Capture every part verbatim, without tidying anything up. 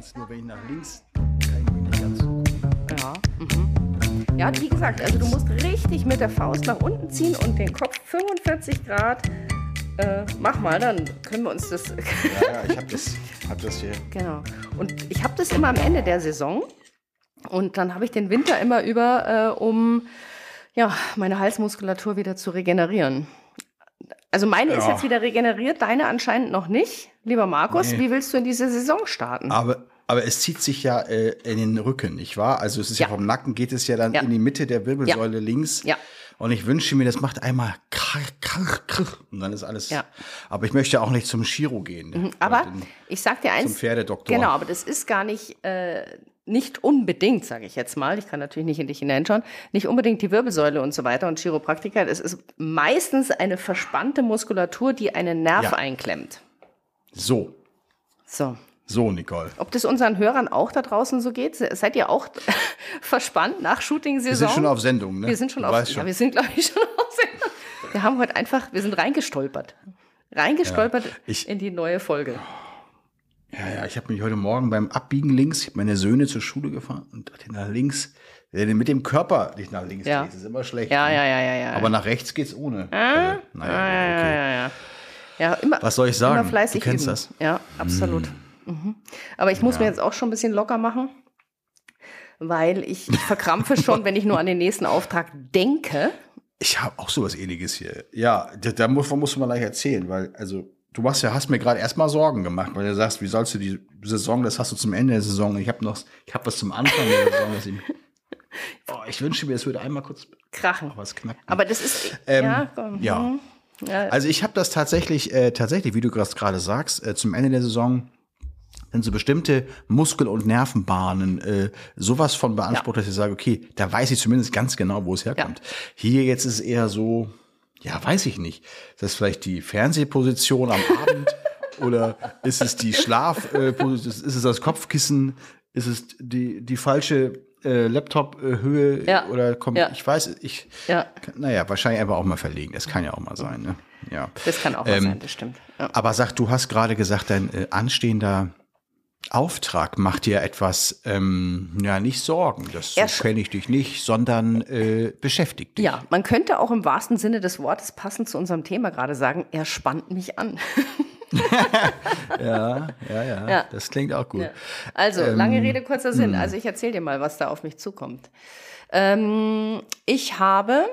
ganz. Nur wenn ich nach links kann ich mich nicht ganz so gut. Ja, mhm. Ja, wie gesagt, also du musst richtig mit der Faust nach unten ziehen und den Kopf fünfundvierzig Grad. Äh, mach mal, dann können wir uns das... Ja, ja, ich habe das, hab das hier. Genau. Und ich habe das immer am Ende der Saison. Und dann habe ich den Winter immer über, äh, um ja, meine Halsmuskulatur wieder zu regenerieren. Also meine Ja. ist jetzt wieder regeneriert, deine anscheinend noch nicht. Lieber Markus, Nee. wie willst du in diese Saison starten? Aber, aber es zieht sich ja äh, in den Rücken, nicht wahr? Also es ist ja, Ja. vom Nacken geht es ja dann Ja. in die Mitte der Wirbelsäule links. Ja. Und ich wünsche mir, das macht einmal krach, krach, krach, und dann ist alles. Ja. Aber ich möchte auch nicht zum Chiro gehen. Mhm, aber Den- ich sag dir eins. Zum Pferdedoktor. Genau, aber das ist gar nicht, äh, nicht unbedingt, sage ich jetzt mal. Ich kann natürlich nicht in dich hineinschauen. Nicht unbedingt die Wirbelsäule und so weiter und Chiropraktiker. Es ist meistens eine verspannte Muskulatur, die einen Nerv Ja. einklemmt. So, So. so, Nicole. Ob das unseren Hörern auch da draußen so geht? Se- Seid ihr auch verspannt nach Shooting-Saison? Wir sind schon auf Sendung, ne? Wir sind schon Du auf, weißt ja, schon. wir sind, glaube ich, schon auf Sendung. Wir haben heute einfach, wir sind reingestolpert. Reingestolpert Ja, ich- in die neue Folge. Ja, ja, ich habe mich heute Morgen beim Abbiegen links, ich hab meine Söhne zur Schule gefahren und dachte nach links, wenn du mit dem Körper nicht nach links Ja. gehst, ist immer schlecht. Ja, ne? ja, ja, ja, ja. Aber nach rechts geht's ohne. Ah, Also, naja, ja, okay. ja, ja. Ja, immer, Was soll ich sagen? Immer fleißig Du kennst üben. das. Ja, absolut. Mhm. Aber ich muss Ja. mir jetzt auch schon ein bisschen locker machen, weil ich, ich verkrampfe schon, wenn ich nur an den nächsten Auftrag denke. Ich habe auch sowas Ähnliches hier. Ja, da, da muss, musst du mal gleich erzählen, weil, also, du machst ja, hast mir gerade erstmal Sorgen gemacht, weil du sagst, wie sollst du die Saison, das hast du zum Ende der Saison, ich habe noch, ich habe was zum Anfang der Saison, das ich, oh, ich wünsche mir, es würde einmal kurz, Krachen. aber es knackt. Aber das ist, Ähm, ja, komm, ja. mhm. ja. Also ich habe das tatsächlich, äh, tatsächlich, wie du gerade sagst, äh, zum Ende der Saison sind so bestimmte Muskel- und Nervenbahnen äh, sowas von beansprucht, Ja. dass ich sage, okay, da weiß ich zumindest ganz genau, wo es herkommt. Hier jetzt ist es eher so, ja, weiß ich nicht. Ist das vielleicht die Fernsehposition am Abend oder ist es die Schlafposition, ist es das Kopfkissen, ist es die, die falsche äh, Laptop-Höhe Ja. oder kommt, Ja. ich weiß, ich, Ja. naja, wahrscheinlich einfach auch mal verlegen. Das kann ja auch mal sein, ne? Ja. Das kann auch mal Ähm, sein, das stimmt. Ja. Aber sag, du hast gerade gesagt, dein äh, anstehender Auftrag macht dir etwas, ähm, ja, nicht Sorgen. Das so Erst- kenne ich dich nicht, sondern äh, beschäftigt dich. Ja, man könnte auch im wahrsten Sinne des Wortes passend zu unserem Thema gerade sagen, er spannt mich an. Ja, ja, ja, Ja. das klingt auch gut. Ja. Also, Ähm, lange Rede, kurzer Sinn. Also, ich erzähle dir mal, was da auf mich zukommt. Ähm, ich habe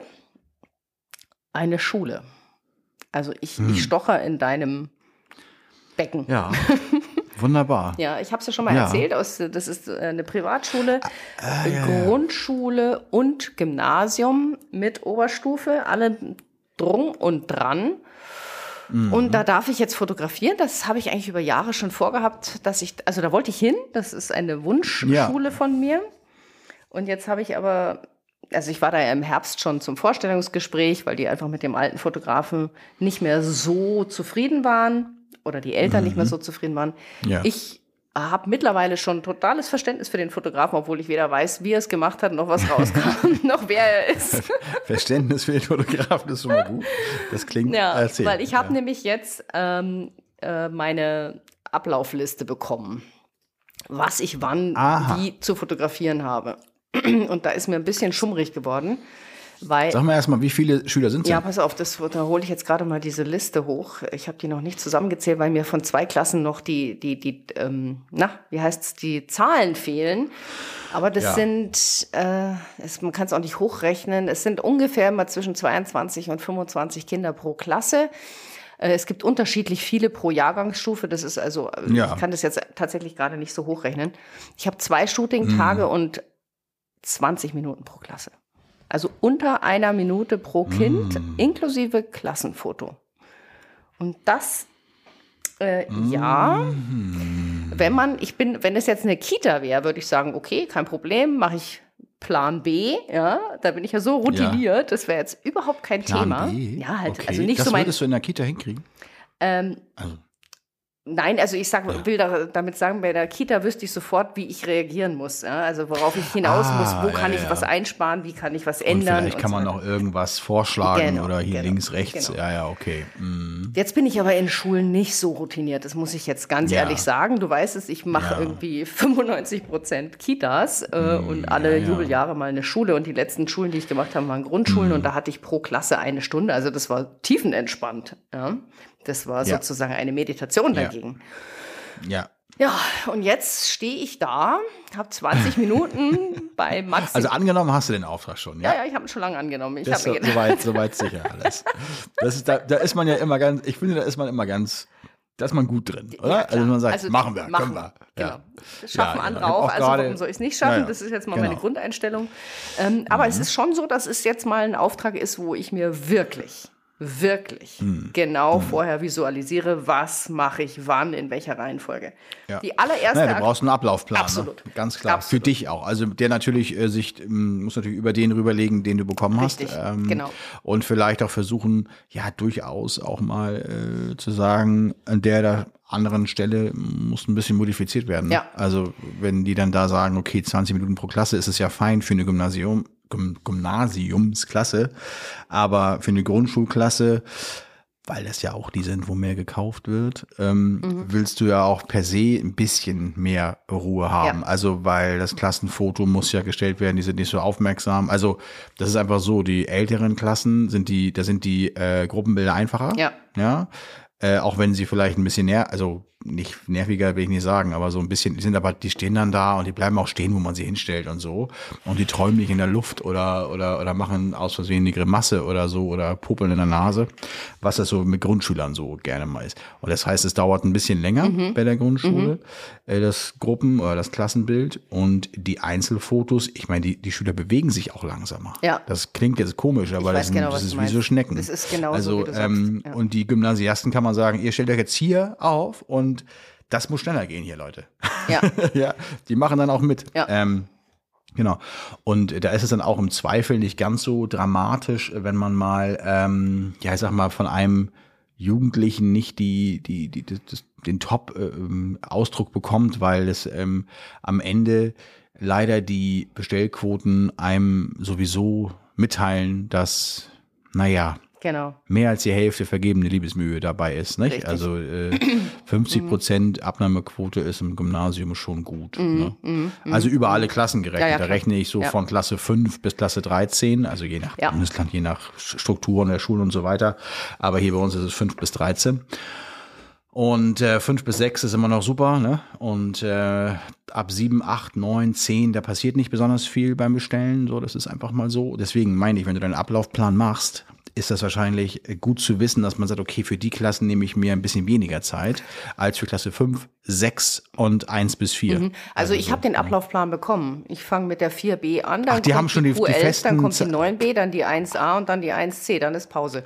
eine Schule. Also, ich, ich stocher in deinem Becken. Ja, wunderbar. Ja, ich habe es ja schon mal Ja. erzählt. Aus, das ist äh, eine Privatschule, Ah, ja, Grundschule und Gymnasium mit Oberstufe, alle drum und dran. Mhm. Und da darf ich jetzt fotografieren. Das habe ich eigentlich über Jahre schon vorgehabt, dass ich, also da wollte ich hin. Das ist eine Wunschschule Ja. von mir. Und jetzt habe ich aber, also ich war da ja im Herbst schon zum Vorstellungsgespräch, weil die einfach mit dem alten Fotografen nicht mehr so zufrieden waren oder die Eltern nicht mehr so zufrieden waren. Ja. Ich habe mittlerweile schon totales Verständnis für den Fotografen, obwohl ich weder weiß, wie er es gemacht hat, noch was rauskam, noch wer er ist. Verständnis für den Fotografen ist schon mal gut. Das klingt, Ja, erzähl. weil ich habe ja. nämlich jetzt ähm, äh, meine Ablaufliste bekommen, was ich wann Aha. wie zu fotografieren habe. Und da ist mir ein bisschen schummrig geworden, weil Sag mal erstmal, wie viele Schüler sind es? ja, pass auf, das, da hole ich jetzt gerade mal diese Liste hoch. Ich habe die noch nicht zusammengezählt, weil mir von zwei Klassen noch die, die, die, ähm, na, wie heißt's, die Zahlen fehlen. Aber das Ja. sind, äh, es, man kann es auch nicht hochrechnen, es sind ungefähr mal zwischen zweiundzwanzig und fünfundzwanzig Kinder pro Klasse. Äh, Es gibt unterschiedlich viele pro Jahrgangsstufe. Das ist also, äh, Ja. ich kann das jetzt tatsächlich gerade nicht so hochrechnen. Ich habe zwei Shooting-Tage und zwanzig Minuten pro Klasse. Also unter einer Minute pro Kind, inklusive Klassenfoto. Und das, äh, ja, wenn man, ich bin, wenn es jetzt eine Kita wäre, würde ich sagen, okay, kein Problem, mache ich Plan B, ja, da bin ich ja so routiniert, das wäre jetzt überhaupt kein Plan Thema. B? Ja, halt, Okay. also nicht das so mein, würdest du in der Kita hinkriegen? ähm, Also, Nein, also ich sag, will da, damit sagen, bei der Kita wüsste ich sofort, wie ich reagieren muss. Ja? Also worauf ich hinaus Ah, muss, wo ja, kann ich ja. was einsparen, wie kann ich was Und ändern. vielleicht kann und man so noch irgendwas vorschlagen Genau, oder hier genau, links, rechts. genau. Ja, ja, okay. Mhm. Jetzt bin ich aber in Schulen nicht so routiniert, das muss ich jetzt ganz Ja. ehrlich sagen. Du weißt es, ich mache Ja. irgendwie fünfundneunzig Prozent Kitas äh, und alle ja, ja. Jubeljahre mal eine Schule. Und die letzten Schulen, die ich gemacht habe, waren Grundschulen. Mhm. Und da hatte ich pro Klasse eine Stunde. Also das war tiefenentspannt. Ja? Das war Ja. sozusagen eine Meditation Ja. dagegen. Ja. Ja, und jetzt stehe ich da, habe zwanzig Minuten bei Maxi. Also angenommen hast du den Auftrag schon, ja? ja, ja, ich habe ihn schon lange angenommen. Ich Das hab ist mir so, soweit, soweit sicher alles. Das ist, da, da ist man ja immer ganz, ich finde, da ist man immer ganz, da ist man gut drin, oder? Ja, klar. also man sagt, Also, machen wir, machen können wir. Genau. Ja. Das schaffen Ja, genau. andere Ich hab auch. auch Also gerade- warum soll ich es nicht schaffen? Ja, ja. Das ist jetzt mal Genau. meine Grundeinstellung. Ähm, aber Mhm. es ist schon so, dass es jetzt mal ein Auftrag ist, wo ich mir wirklich, wirklich Mhm. genau vorher visualisiere, was mache ich wann, in welcher Reihenfolge. Ja. Die allererste Naja, du Ak- brauchst einen Ablaufplan. Absolut. Ne? Ganz klar. Absolut. Für dich auch. Also der natürlich äh, sich, ähm, muss natürlich über den rüberlegen, den du bekommen Richtig, hast. Ähm, genau. Und vielleicht auch versuchen, ja, durchaus auch mal äh, zu sagen, an der da anderen Stelle muss ein bisschen modifiziert werden. Ja. Also wenn die dann da sagen, okay, zwanzig Minuten pro Klasse ist es ja fein für eine Gymnasium, Gym- Gymnasiumsklasse, aber für eine Grundschulklasse, weil das ja auch die sind, wo mehr gekauft wird, ähm, Mhm. willst du ja auch per se ein bisschen mehr Ruhe haben. Ja. Also weil das Klassenfoto muss ja gestellt werden, die sind nicht so aufmerksam. Also das ist einfach so, die älteren Klassen sind die, da sind die äh, Gruppenbilder einfacher. Ja. Ja. Äh, auch wenn sie vielleicht ein bisschen näher, also nicht nerviger will ich nicht sagen, aber so ein bisschen, die sind aber, die stehen dann da und die bleiben auch stehen, wo man sie hinstellt und so. Und die träumen nicht in der Luft oder, oder, oder machen aus Versehen eine Grimasse oder so oder popeln in der Nase, was das so mit Grundschülern so gerne mal ist. Und das heißt, es dauert ein bisschen länger Mhm. bei der Grundschule, äh, das Gruppen- oder das Klassenbild und die Einzelfotos. Ich meine, die, die Schüler bewegen sich auch langsamer. Ja. Das klingt jetzt komisch, aber weiß das, genau, das was ist du wie so meinst. Schnecken. Das ist genauso, also, wie du sagst. ähm, Ja. Und die Gymnasiasten kann man sagen, ihr stellt euch jetzt hier auf und das muss schneller gehen hier, Leute. Ja. ja, die machen dann auch mit. Ja. Ähm, genau. Und da ist es dann auch im Zweifel nicht ganz so dramatisch, wenn man mal, ähm, ja, ich sag mal, von einem Jugendlichen nicht die, die, die, das, den Top-Ausdruck bekommt, weil es ähm, am Ende leider die Bestellquoten einem sowieso mitteilen, dass, naja, Genau. mehr als die Hälfte vergebene Liebesmühe dabei ist, nicht? Richtig. Also äh, fünfzig Prozent Abnahmequote ist im Gymnasium schon gut. Ne? Also über alle Klassen gerechnet. Ja, ja, da klar. rechne ich so Ja. von Klasse fünf bis Klasse dreizehn, also je nach Ja. Bundesland, je nach Strukturen der Schulen und so weiter. Aber hier bei uns ist es fünf bis dreizehn. Und äh, fünf bis sechs ist immer noch super, ne? Und äh, ab sieben, acht, neun, zehn, da passiert nicht besonders viel beim Bestellen. So, das ist einfach mal so. Deswegen meine ich, wenn du deinen Ablaufplan machst, ist das wahrscheinlich gut zu wissen, dass man sagt, okay, für die Klassen nehme ich mir ein bisschen weniger Zeit als für Klasse fünf, sechs und eins bis vier. Mhm. Also ich habe den Ablaufplan bekommen. Ich fange mit der vier b an, dann Ach, die kommt haben schon die- die Q elf, festen dann kommt die Ze- neun b, dann die eins a und dann die eins c, dann ist Pause.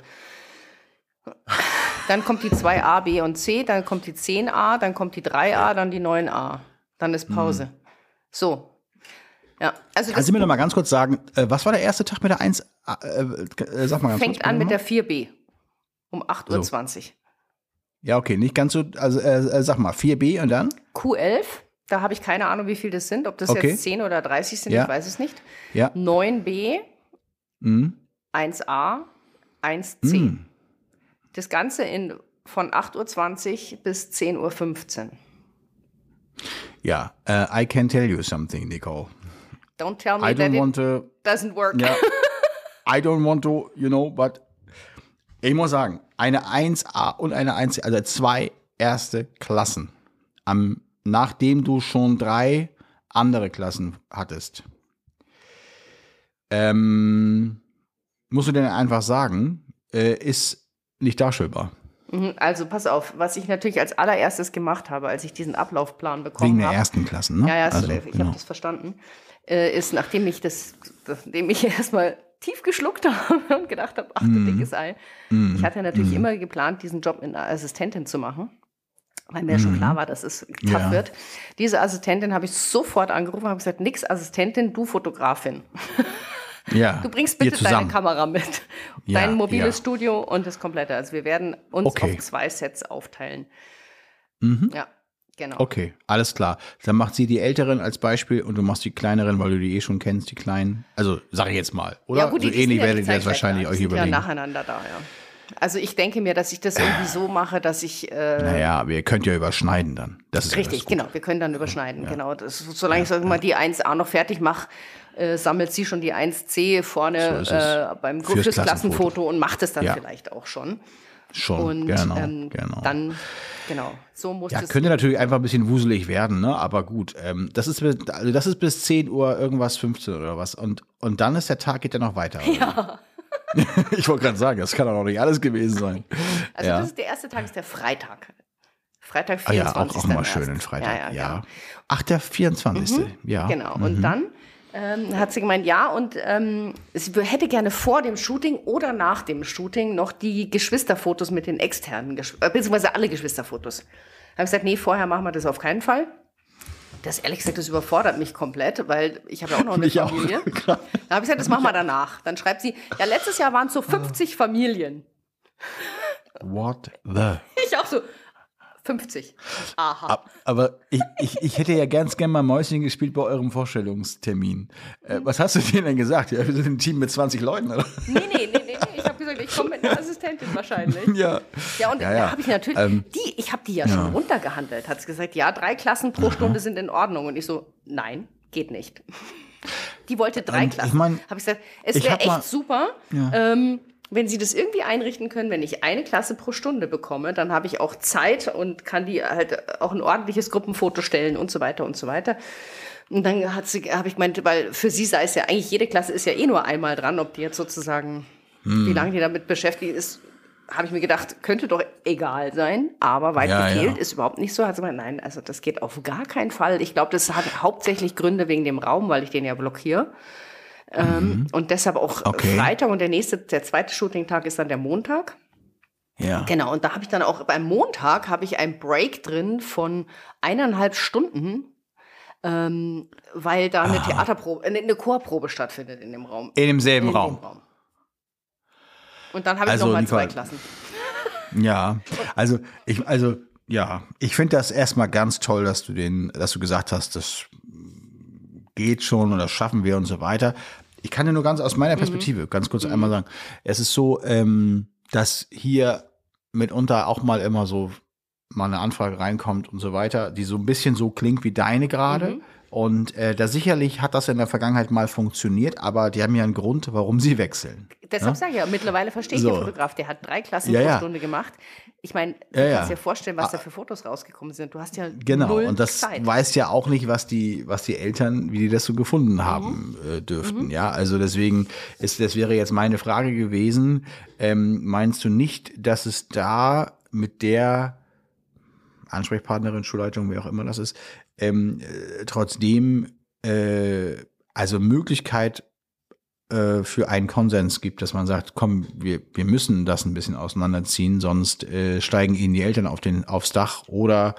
Dann kommt die zwei a, b und c, dann kommt die zehn a, dann kommt die drei a, dann die neun a. Dann ist Pause. So. Ja, also das Kannst du mir noch mal ganz kurz sagen, äh, was war der erste Tag mit der eins? Äh, äh, sag mal ganz fängt kurz. an bitte mit noch. der vier b um acht Uhr So. zwanzig. Ja, okay, nicht ganz so, also äh, äh, sag mal, vier b und dann? Q elf, da habe ich keine Ahnung, wie viel das sind, ob das Okay. jetzt zehn oder dreißig sind, Ja. ich weiß es nicht. Ja. neun b, Mhm. eins a, eins c. Mhm. Das Ganze in, von acht Uhr zwanzig bis zehn Uhr fünfzehn. Ja, äh, I can tell you something, Nicole. Don't tell me I that don't it want to, doesn't work. ja, I don't want to, you know, but ich muss sagen, eine eins a und eine eins c, also zwei erste Klassen, am, nachdem du schon drei andere Klassen hattest, ähm, musst du dir einfach sagen, äh, ist nicht darstellbar. Mhm, Also pass auf, was ich natürlich als allererstes gemacht habe, als ich diesen Ablaufplan bekommen Wegen der habe. ersten Klassen, ne? Ja, ja, also, ich genau. habe das verstanden. Äh, ist, nachdem ich das, nachdem ich erstmal tief geschluckt habe und gedacht habe, ach du dickes Ei. Ich hatte natürlich immer geplant, diesen Job in der Assistentin zu machen, weil mir schon klar war, dass es tough Ja. wird. Diese Assistentin habe ich sofort angerufen und habe gesagt, nix Assistentin, du Fotografin. Ja, Du bringst ihr bitte deine zusammen. Kamera mit, Ja, dein mobiles ja. Studio und das komplette. Also wir werden uns Okay. auf zwei Sets aufteilen. Mhm. Ja, genau. Okay, alles klar. Dann macht sie die Älteren als Beispiel und du machst die Kleineren, weil du die eh schon kennst, die Kleinen. Also sag ich jetzt mal, oder? Ja, gut, so die, die ähnlich sind ja werdet nicht ihr das wahrscheinlich zeitgleich da. euch Die sind überlegen. ja nacheinander da, ja. Also ich denke mir, dass ich das irgendwie so mache, dass ich äh, Naja, aber ihr könnt ja überschneiden dann. Das ist richtig, ja das Gute. genau, wir können dann überschneiden, genau. Das, solange ich sag mal die eins a noch fertig mache, äh, sammelt sie schon die eins c vorne So ist es. äh, beim Fürs fürs Klassenfoto Klassenfoto und macht es dann Ja. vielleicht auch schon. Schon, Und genau, ähm, genau. dann, genau, so muss Ja, es. könnte natürlich einfach ein bisschen wuselig werden, ne? Aber gut, ähm, das ist bis, also das ist bis zehn Uhr irgendwas, fünfzehn oder was. Und, und dann ist der Tag, geht ja noch weiter. Ja. Ich wollte gerade sagen, das kann doch noch nicht alles gewesen sein. Also ja. das ist der erste Tag, ist der Freitag. Freitag, Ah ja, auch, vierundzwanzigster auch mal erst. schön, den Freitag. Ja, ja, Ja. genau. Ach, der vierundzwanzigste Ja. Genau. Und dann ähm, hat sie gemeint, ja, und ähm, sie hätte gerne vor dem Shooting oder nach dem Shooting noch die Geschwisterfotos mit den externen, Gesch- äh, beziehungsweise alle Geschwisterfotos. Habe ich gesagt, nee, vorher machen wir das auf keinen Fall. Das, ehrlich gesagt, das überfordert mich komplett, weil ich habe ja auch noch eine Mich auch. Familie. Dann habe ich gesagt, das machen wir danach. Dann schreibt sie, ja, letztes Jahr waren es so fünfzig Familien. What the? Ich auch so, fünfzig. Aha. Ab- Aber ich, ich, ich hätte ja ganz gern mal Mäuschen gespielt bei eurem Vorstellungstermin. Äh, was hast du denen denn gesagt? Ja, wir sind ein Team mit zwanzig Leuten, oder? Nee, nee, nee, nee, nee. Ich habe gesagt, ich komme mit einer Assistentin wahrscheinlich. Ja. Ja, und Ja, ja. da habe ich natürlich, Ähm, die, ich habe die ja, schon runtergehandelt. Hat sie gesagt, ja, drei Klassen pro Stunde sind in Ordnung. Und ich so, nein, geht nicht. Die wollte drei Und Klassen. ich mein, habe ich gesagt, es ich wäre hab mal- echt super, ähm, wenn Sie das irgendwie einrichten können, wenn ich eine Klasse pro Stunde bekomme, dann habe ich auch Zeit und kann die halt auch ein ordentliches Gruppenfoto stellen und so weiter und so weiter. Und dann hat sie, habe ich gemeint, weil für sie sei es ja eigentlich, jede Klasse ist ja eh nur einmal dran, ob die jetzt sozusagen, Hm. wie lange die damit beschäftigt ist, habe ich mir gedacht, könnte doch egal sein, aber weit Ja, gefehlt ja. ist überhaupt nicht so. Hat sie gemeint, nein, also das geht auf gar keinen Fall. Ich glaube, das hat hauptsächlich Gründe wegen dem Raum, weil ich den ja blockiere. Ähm, und deshalb auch Okay. Freitag und der nächste, der zweite Shooting-Tag ist dann der Montag. Ja. Genau, und da habe ich dann auch, beim Montag habe ich einen Break drin von eineinhalb Stunden, ähm, weil da eine Theaterprobe, äh, eine Chorprobe stattfindet in dem Raum. In demselben In Raum. dem Raum. Und dann habe ich Also, noch mal Nicole, zwei Klassen. Ja, also ich, also ja, ich finde das erstmal ganz toll, dass du den, dass du gesagt hast, das geht schon und das schaffen wir und so weiter. Ich kann dir nur ganz aus meiner Perspektive ganz kurz einmal sagen, es ist so, ähm, dass hier mitunter auch mal immer so mal eine Anfrage reinkommt und so weiter, die so ein bisschen so klingt wie deine gerade. Mhm. Und äh, da sicherlich hat das in der Vergangenheit mal funktioniert, aber die haben ja einen Grund, warum sie wechseln. Deshalb sage ich ja, mittlerweile verstehe ich So. den Fotograf, der hat drei Klassen Ja, pro ja. Stunde gemacht. Ich meine, du Ja, kannst ja. dir vorstellen, was da für Fotos rausgekommen sind. Du hast ja Genau, null und das Zeit. weiß ja auch nicht, was die, was die Eltern, wie die das so gefunden haben äh, dürften. Ja, also deswegen ist, das wäre jetzt meine Frage gewesen. Ähm, meinst du nicht, dass es da mit der Ansprechpartnerin, Schulleitung, wer auch immer das ist, ähm, äh, trotzdem äh, also Möglichkeit äh, für einen Konsens gibt, dass man sagt, komm, wir, wir müssen das ein bisschen auseinanderziehen, sonst äh, steigen ihnen die Eltern auf den, aufs Dach oder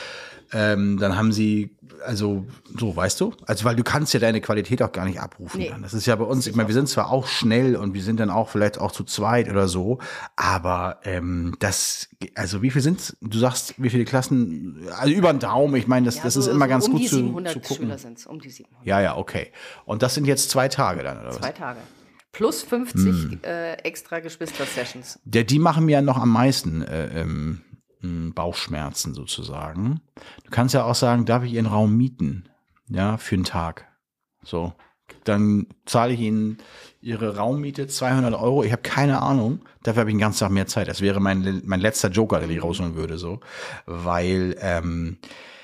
ähm, dann haben sie, also so, weißt du? Also weil du kannst ja deine Qualität auch gar nicht abrufen. Nee. Dann. Das ist ja bei uns, ich meine, wir sind zwar auch schnell und wir sind dann auch vielleicht auch zu zweit oder so, aber ähm, das, also wie viel sind's? Du sagst, wie viele Klassen? Also über den Daumen, ich meine, das, Ja, das so- ist immer so ganz um gut die zu, siebenhundert zu gucken. Schüler sind es, um die siebenhundert. Ja, ja, okay. Und das sind jetzt zwei Tage dann, oder was? Zwei Tage. Plus fünfzig Hm. äh, extra Geschwister-Sessions. Der, die machen mir ja noch am meisten äh, ähm, m, Bauchschmerzen sozusagen. Du kannst ja auch sagen, darf ich Ihren Raum mieten? Ja, für einen Tag. So. Dann zahle ich Ihnen Ihre Raummiete zweihundert Euro. Ich habe keine Ahnung. Dafür habe ich den ganzen Tag mehr Zeit. Das wäre mein, mein letzter Joker, den ich rausholen würde, so. Weil, ähm,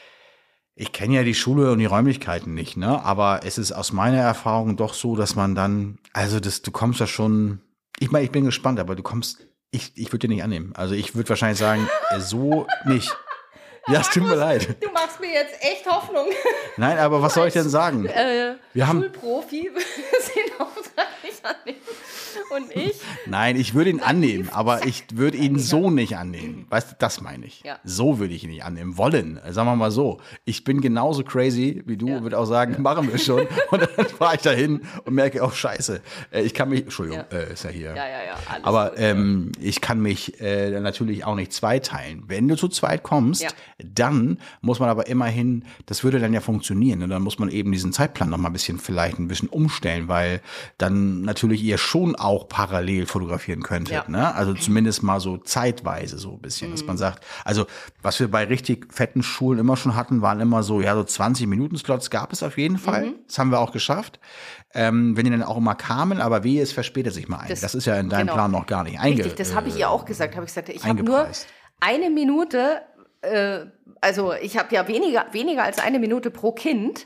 ich kenne ja die Schule und die Räumlichkeiten nicht, ne? Aber es ist aus meiner Erfahrung doch so, dass man dann, also das, du kommst ja schon, ich meine, ich bin gespannt, aber du kommst, ich, ich würde dir nicht annehmen. Also ich würde wahrscheinlich sagen, äh, so nicht. Ja, es tut mir leid. Du machst mir jetzt echt Hoffnung. Nein, aber was soll ich denn sagen? Äh, Wir haben- Schulprofi sind auf drei nicht annehmen. Und ich? Nein, ich würde ihn annehmen, aber ich würde ihn so nicht annehmen. Weißt du, das meine ich. Ja. So würde ich ihn nicht annehmen wollen. Sagen wir mal so. Ich bin genauso crazy wie du, ja. würde auch sagen, ja. machen wir schon. Und dann fahre ich da hin und merke, oh Scheiße, ich kann mich, Entschuldigung, ja. Äh, ist ja hier. Ja, ja, ja. Alles aber gut, ähm, ich kann mich äh, natürlich auch nicht zweiteilen. Wenn du zu zweit kommst, ja. dann muss man aber immerhin, das würde dann ja funktionieren. Und dann muss man eben diesen Zeitplan noch mal ein bisschen vielleicht ein bisschen umstellen, weil dann natürlich ihr schon auch parallel fotografieren könntet. Ja. Ne? Also zumindest mal so zeitweise so ein bisschen, mhm. dass man sagt, also was wir bei richtig fetten Schulen immer schon hatten, waren immer so, ja, so zwanzig Minuten Slots gab es auf jeden Fall. Mhm. Das haben wir auch geschafft. Ähm, wenn die dann auch immer kamen, aber wie es verspätet sich mal ein. Das, das ist ja in deinem genau. Plan noch gar nicht einge- Richtig, das habe ich ihr auch gesagt. Habe ich gesagt, ich habe nur eine Minute, äh, also ich habe ja weniger, weniger als eine Minute pro Kind.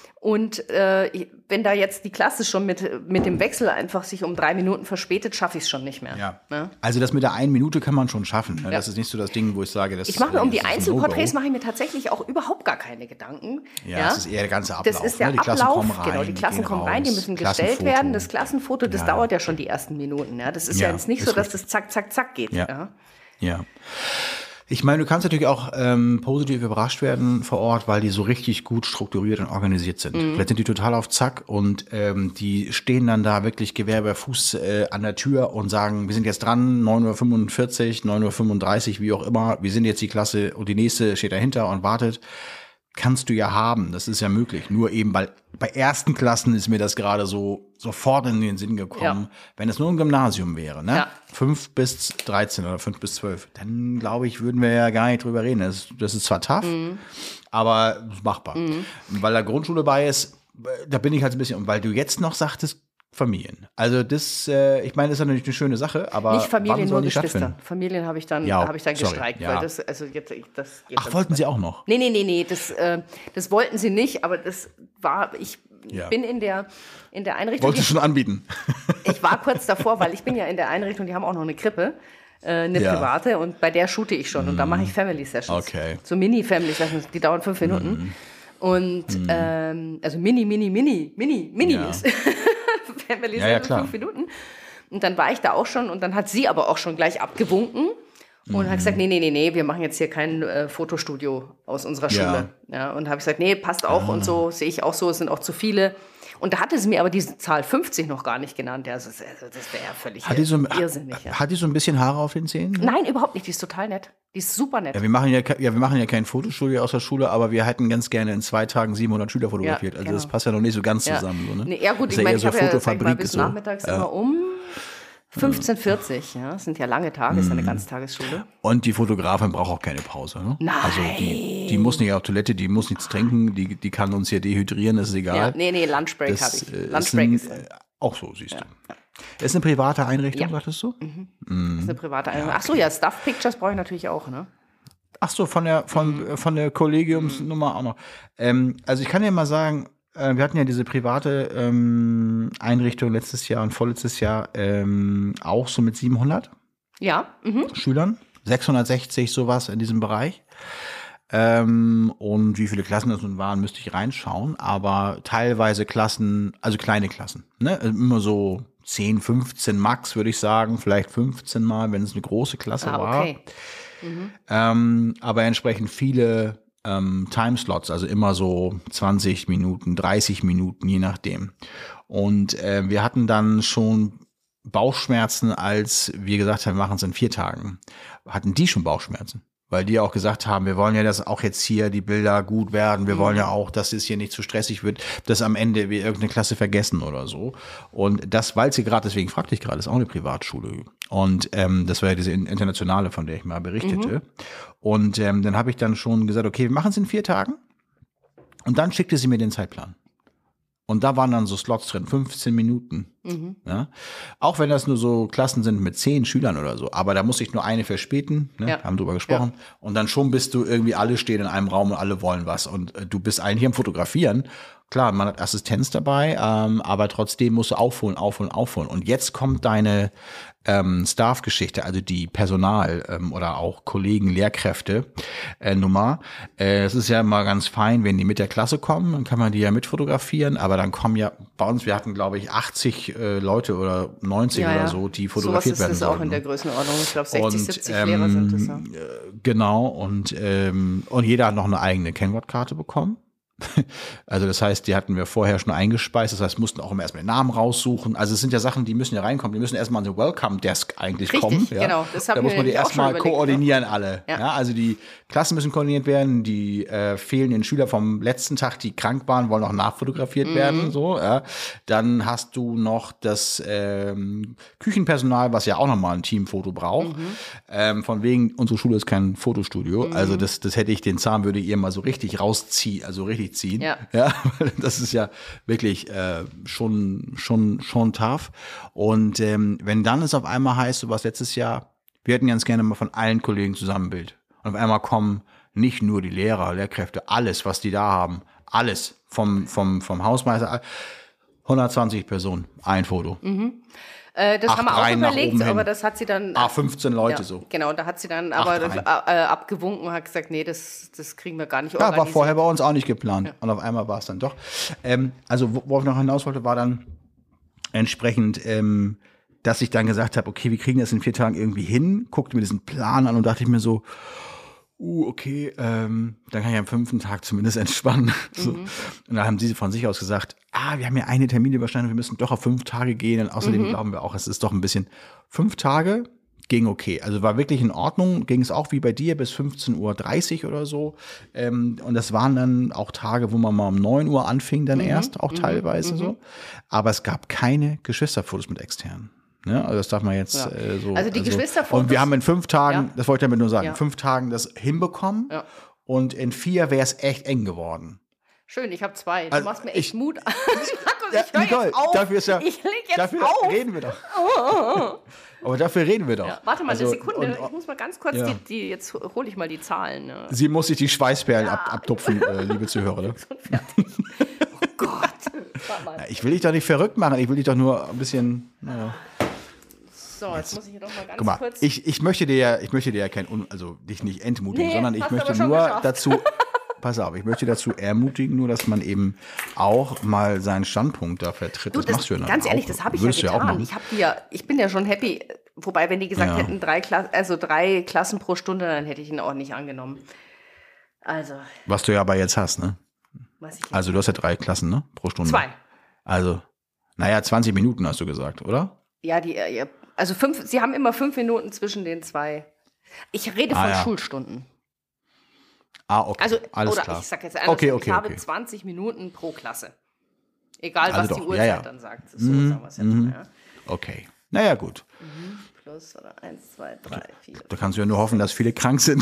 Und äh, wenn da jetzt die Klasse schon mit, mit dem Wechsel einfach sich um drei Minuten verspätet, schaffe ich es schon nicht mehr. Ja. Ne? Also das mit der einen Minute kann man schon schaffen. Ne? Ja. Das ist nicht so das Ding, wo ich sage, das Ich mache mir um die Einzelporträts mache ich mir tatsächlich auch überhaupt gar keine Gedanken. Ja, ja? Das ist eher der ganze Ablauf. Das ist der ne? Die Ablauf, kommen rein, genau. Die Klassen kommen rein, die müssen gestellt werden. Das Klassenfoto, das ja. dauert ja schon die ersten Minuten. Ja? Das ist ja, ja jetzt nicht so, dass das zack, zack, zack geht. Ja. Ja. ja. Ich meine, du kannst natürlich auch ähm, positiv überrascht werden vor Ort, weil die so richtig gut strukturiert und organisiert sind. Mhm. Vielleicht sind die total auf Zack und ähm, die stehen dann da wirklich Gewehr bei Fuß äh, an der Tür und sagen, wir sind jetzt dran, neun Uhr fünfundvierzig, neun Uhr fünfunddreißig, wie auch immer, wir sind jetzt die Klasse und die nächste steht dahinter und wartet. Kannst du ja haben, das ist ja möglich. Nur eben, weil bei ersten Klassen ist mir das gerade so sofort in den Sinn gekommen, ja. wenn es nur ein Gymnasium wäre, ne? Ja. fünf bis dreizehn oder fünf bis zwölf, dann glaube ich, würden wir ja gar nicht drüber reden. Das, das ist zwar tough, mhm. aber machbar. Mhm. Weil da Grundschule bei ist, da bin ich halt ein bisschen, und weil du jetzt noch sagtest, Familien. Also das, äh, ich meine, das ist natürlich eine schöne Sache, aber nicht Familien, nur Geschwister. Familien habe ich dann, ja, habe ich dann sorry, gestreikt, ja. weil das, also jetzt, das geht Ach, wollten Sie auch noch? Nee, nee, nee, nee, das, äh, das wollten sie nicht, aber das war, ich ja. bin in der, in der Einrichtung. Wollte schon anbieten. Ich war kurz davor, weil ich bin ja in der Einrichtung, die haben auch noch eine Krippe, äh, eine ja. private, und bei der shoote ich schon mm. und da mache ich Family Sessions. Okay. So Mini-Family Sessions, die dauern fünf Minuten. Mm. Und, mm. ähm, also Mini, Mini, Mini, Mini, Mini ja. ist. Family ja, ja, klar. fünf Minuten. Und dann war ich da auch schon und dann hat sie aber auch schon gleich abgewunken und mhm. hat gesagt, nee, nee, nee, nee, wir machen jetzt hier kein äh, Fotostudio aus unserer Schule. Ja. Ja, und habe ich gesagt, nee, passt auch ah. und so, sehe ich auch so, es sind auch zu viele. Und da hatte sie mir aber diese Zahl fünfzig noch gar nicht genannt. Ja, also, das wäre ja völlig hat die so, irrsinnig. Ja. Hat die so ein bisschen Haare auf den Zähnen? Nein, überhaupt nicht. Die ist total nett. Die ist super nett. Ja, wir machen ja, ja, wir machen ja kein Fotostudio aus der Schule, aber wir hätten ganz gerne in zwei Tagen siebenhundert Schüler fotografiert. Ja, also genau. Das passt ja noch nicht so ganz ja. zusammen. So, ne? Nee, ja gut, ich meine, ich habe ja sag mal, bis so. nachmittags ja. immer um fünfzehn Uhr vierzig, ja, das sind ja lange Tage, ist ja eine Ganztagesschule. Und die Fotografin braucht auch keine Pause, ne? Nein. Also die, die muss nicht auf Toilette, die muss nichts trinken, die, die kann uns hier dehydrieren, das ist egal. Ja, nee, nee, Lunchbreak habe ich. Äh, Lunchbreak ist, ein, ist auch so, siehst ja. du. Das ist eine private Einrichtung, ja. sagtest du? Mhm. Mhm. Das ist eine private Einrichtung. Ja, okay. Ach so, ja, Stuff Pictures brauche ich natürlich auch, ne? Ach so, von der, von, mhm. von der Kollegiumsnummer mhm. auch noch. Ähm, also ich kann dir mal sagen, wir hatten ja diese private ähm, Einrichtung letztes Jahr und vorletztes Jahr ähm, auch so mit siebenhundert ja. mhm. Schülern, sechshundertsechzig sowas in diesem Bereich. Ähm, und wie viele Klassen das nun waren, müsste ich reinschauen, aber teilweise Klassen, also kleine Klassen, ne? Immer so zehn, fünfzehn Max, würde ich sagen, vielleicht fünfzehn Mal, wenn es eine große Klasse ah, okay. war. Mhm. Ähm, aber entsprechend viele Ähm, Timeslots, also immer so zwanzig Minuten, dreißig Minuten, je nachdem. Und äh, wir hatten dann schon Bauchschmerzen, als wir gesagt haben, wir machen es in vier Tagen. Hatten die schon Bauchschmerzen? Weil die auch gesagt haben, wir wollen ja, dass auch jetzt hier die Bilder gut werden. Wir wollen ja auch, dass es hier nicht zu stressig wird, dass am Ende wir irgendeine Klasse vergessen oder so. Und das, weil sie gerade, deswegen fragte ich gerade, ist auch eine Privatschule. Und ähm, das war ja diese internationale, von der ich mal berichtete. Mhm. Und ähm, dann habe ich dann schon gesagt, okay, wir machen es in vier Tagen. Und dann schickte sie mir den Zeitplan. Und da waren dann so Slots drin, fünfzehn Minuten. Mhm. Ja? Auch wenn das nur so Klassen sind mit zehn Schülern oder so. Aber da muss ich nur eine verspäten, ne? Ja. Haben drüber gesprochen. Ja. Und dann schon bist du irgendwie, alle stehen in einem Raum und alle wollen was. Und äh, du bist eigentlich am Fotografieren, klar, man hat Assistenz dabei, ähm, aber trotzdem musst du aufholen, aufholen, aufholen. Und jetzt kommt deine ähm, Staff-Geschichte, also die Personal ähm, oder auch Kollegen, Lehrkräfte äh, Nummer. Äh, es ist ja immer ganz fein, wenn die mit der Klasse kommen, dann kann man die ja mitfotografieren, aber dann kommen ja bei uns, wir hatten glaube ich achtzig äh, Leute oder neunzig ja, oder ja. so, die fotografiert werden sollen. So was ist das auch in der Größenordnung. Ich glaube sechzig, und, siebzig ähm, Lehrer sind das ja. Genau, und, ähm, und jeder hat noch eine eigene Kennwortkarte bekommen. Also das heißt, die hatten wir vorher schon eingespeist, das heißt, mussten auch immer erstmal den Namen raussuchen. Also es sind ja Sachen, die müssen ja reinkommen, die müssen erstmal an den Welcome Desk eigentlich Richtig, kommen. Ja? Genau, das Da muss man die erstmal koordinieren ne? alle. Ja. Ja, also die Klassen müssen koordiniert werden, die äh, fehlenden Schüler vom letzten Tag, die krank waren, wollen auch nachfotografiert mhm. werden. So, ja. Dann hast du noch das ähm, Küchenpersonal, was ja auch nochmal ein Teamfoto braucht. Mhm. Ähm, von wegen, unsere Schule ist kein Fotostudio. Mhm. Also das, das hätte ich, den Zahn würde ihr mal so richtig rausziehen, also richtig ziehen. Ja. Ja, das ist ja wirklich äh, schon schon schon tough. Und ähm, wenn dann es auf einmal heißt, so was letztes Jahr, wir hätten ganz gerne mal von allen Kollegen zusammen ein Bild. Und auf einmal kommen nicht nur die Lehrer, Lehrkräfte, alles, was die da haben, alles vom vom vom Hausmeister, hundertzwanzig Personen, ein Foto. Mhm. Äh, das Acht haben wir auch Reihen nach überlegt, oben aber hin. das hat sie dann. Ah, fünfzehn Leute ja, so. Genau, da hat sie dann Acht aber Reihen. äh, abgewunken und hat gesagt, nee, das, das kriegen wir gar nicht Ja, organisiert. war vorher bei uns auch nicht geplant. Ja. Und auf einmal war es dann doch. Ähm, also, wo- worauf ich noch hinaus wollte, war dann entsprechend, ähm, dass ich dann gesagt habe, okay, wir kriegen das in vier Tagen irgendwie hin, guckte mir diesen Plan an und dachte ich mir so, uh, okay, ähm, dann kann ich am fünften Tag zumindest entspannen. So. Mhm. Und dann haben sie von sich aus gesagt, ah, wir haben ja eine Terminüberschneidung, wir müssen doch auf fünf Tage gehen. Und außerdem Mhm. glauben wir auch, es ist doch ein bisschen, fünf Tage ging okay. Also war wirklich in Ordnung, ging es auch wie bei dir bis fünfzehn Uhr dreißig oder so. Ähm, und das waren dann auch Tage, wo man mal um neun Uhr anfing dann Mhm. erst, auch Mhm. teilweise Mhm. so. Aber es gab keine Geschwisterfotos mit externen. Ne? Also das darf man jetzt Ja. äh, so. Also die Geschwisterfotos- Und wir haben in fünf Tagen, Ja. das wollte ich damit nur sagen, Ja. fünf Tagen das hinbekommen. Ja. Und in vier wäre es echt eng geworden. Schön, ich habe zwei. Du Also machst mir ich- echt Mut. Markus, Ja, ich hör Nicole, jetzt auf. dafür ist ja, ich leg jetzt dafür auf. reden wir doch. Aber dafür reden wir doch. Ja, warte mal Also, eine Sekunde. und- ich muss mal ganz kurz ja. die, die, jetzt hole ich mal die Zahlen. Ne? Sie muss sich die Schweißperlen ab, abtupfen, äh, liebe Zuhörer. Ne? Und fertig. Oh Gott. Warte mal. Ich will dich doch nicht verrückt machen, ich will dich doch nur ein bisschen. Naja. So, jetzt muss ich hier noch mal ganz Guck mal, kurz. ich, ich möchte dir ja, ich möchte dir ja kein, Un- also dich nicht entmutigen, Nee, sondern ich hast du möchte aber schon nur geschafft. dazu, pass auf, ich möchte dazu ermutigen, nur dass man eben auch mal seinen Standpunkt da vertritt. Du, das, das, machst du ja dann ganz auch. ehrlich, das habe ich ja Würdest du getan. auch machen. ich habe die ja, ich bin ja schon happy. Wobei, wenn die gesagt Ja. hätten drei Klassen, also drei Klassen pro Stunde, dann hätte ich ihn auch nicht angenommen. Also, Was du ja aber jetzt hast, ne? weiß ich nicht. Also du hast ja drei Klassen, ne? Pro Stunde. Zwei. Also, naja, zwanzig Minuten hast du gesagt, oder? Ja, die, äh, ja, also fünf, sie haben immer fünf Minuten zwischen den zwei. Ich rede Ah, von ja. Schulstunden. Ah, okay. Also, alles oder klar. ich sag jetzt anders, Okay, okay, ich habe okay. zwanzig Minuten pro Klasse. Egal, Also was doch, die ja, Uhrzeit ja. dann sagt. So Mhm, sagen wir es jetzt mhm. mal. Ja. Okay. Naja, gut. Plus oder eins, zwei, drei, vier, Da kannst du ja nur hoffen, dass viele krank sind.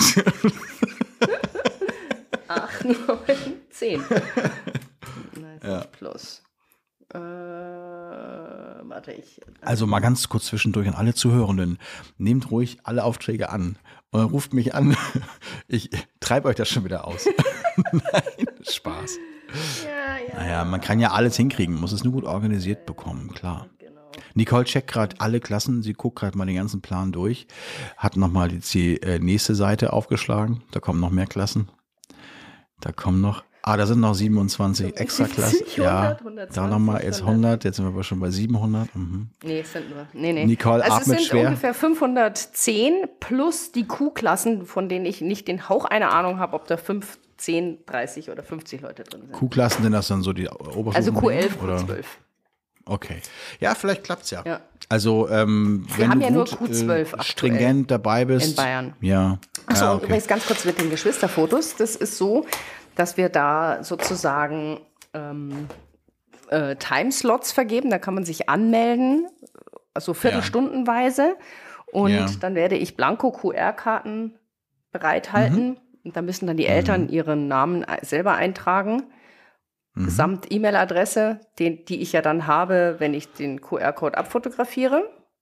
acht, neun, zehn. Ja. Plus. Äh, warte, ich. Also mal ganz kurz zwischendurch an alle Zuhörenden. Nehmt ruhig alle Aufträge an und ruft mich an. Ich treibe euch das schon wieder aus. Nein, Spaß. Ja, ja. Naja, man kann ja alles hinkriegen, muss es nur gut organisiert bekommen, klar. Genau. Nicole checkt gerade alle Klassen, sie guckt gerade mal den ganzen Plan durch, hat nochmal die, die äh, nächste Seite aufgeschlagen, da kommen noch mehr Klassen. Da kommen noch, ah, da sind noch siebenundzwanzig extra Klassen. Ja, hundert, da nochmal jetzt hundert, jetzt sind wir aber schon bei siebenhundert. Mhm. Nee, es sind nur. Nee, nee. Nicole also atmet es sind schwer. ungefähr fünfhundertzehn plus die Q-Klassen, von denen ich nicht den Hauch einer Ahnung habe, ob da fünf, zehn, dreißig oder fünfzig Leute drin sind. Q-Klassen sind das dann so die Oberstufen? Also Q elf, oder? Q zwölf. Okay. Ja, vielleicht klappt's ja. Ja. Also, ähm, wenn haben du ja nur gut, Q zwölf äh, aktuell stringent dabei bist. in Bayern. Ja. Achso, ja, und okay. übrigens ganz kurz mit den Geschwisterfotos. Das ist so, dass wir da sozusagen ähm, äh, Timeslots vergeben. Da kann man sich anmelden, also viertelstundenweise. Und Ja. dann werde ich Blanko-Q R-Karten bereithalten. Mhm. Und da müssen dann die Eltern ihren Namen selber eintragen. Mhm. Samt E-Mail-Adresse, den, die ich ja dann habe, wenn ich den Q R-Code abfotografiere.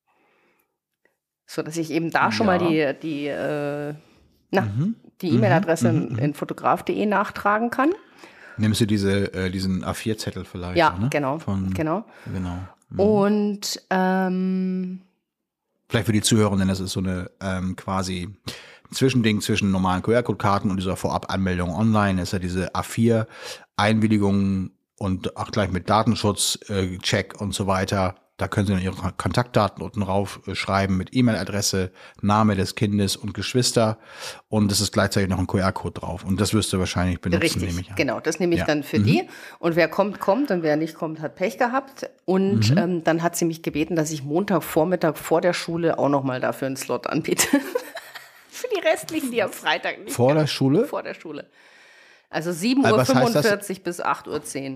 So dass ich eben da schon Ja. mal die, die, äh, na, Mhm. die E-Mail-Adresse Mhm. in fotograf punkt de nachtragen kann. Nimmst du diese, äh, diesen A vier Zettel vielleicht? Ja, ne? genau. Von, genau. genau. Mhm. Und ähm, vielleicht für die Zuhörenden, das ist so eine ähm, quasi Zwischending zwischen normalen Q R-Code-Karten und dieser Vorab-Anmeldung online. Das ist ja diese A vier Einwilligung und auch gleich mit Datenschutz, äh, Check und so weiter. Da können Sie dann Ihre Kontaktdaten unten drauf schreiben mit E-Mail-Adresse, Name des Kindes und Geschwister. Und es ist gleichzeitig noch ein Q R-Code drauf. Und das wirst du wahrscheinlich benutzen, richtig, nehme ich an. Genau, das nehme ich ja. dann für mhm. die. Und wer kommt, kommt. Und wer nicht kommt, hat Pech gehabt. Und Mhm. ähm, dann hat sie mich gebeten, dass ich Montagvormittag vor der Schule auch nochmal dafür einen Slot anbiete. Für die restlichen, die am Freitag nicht Vor können. der Schule? Vor der Schule. Also sieben Also Uhr was heißt das? fünfundvierzig bis acht Uhr zehn.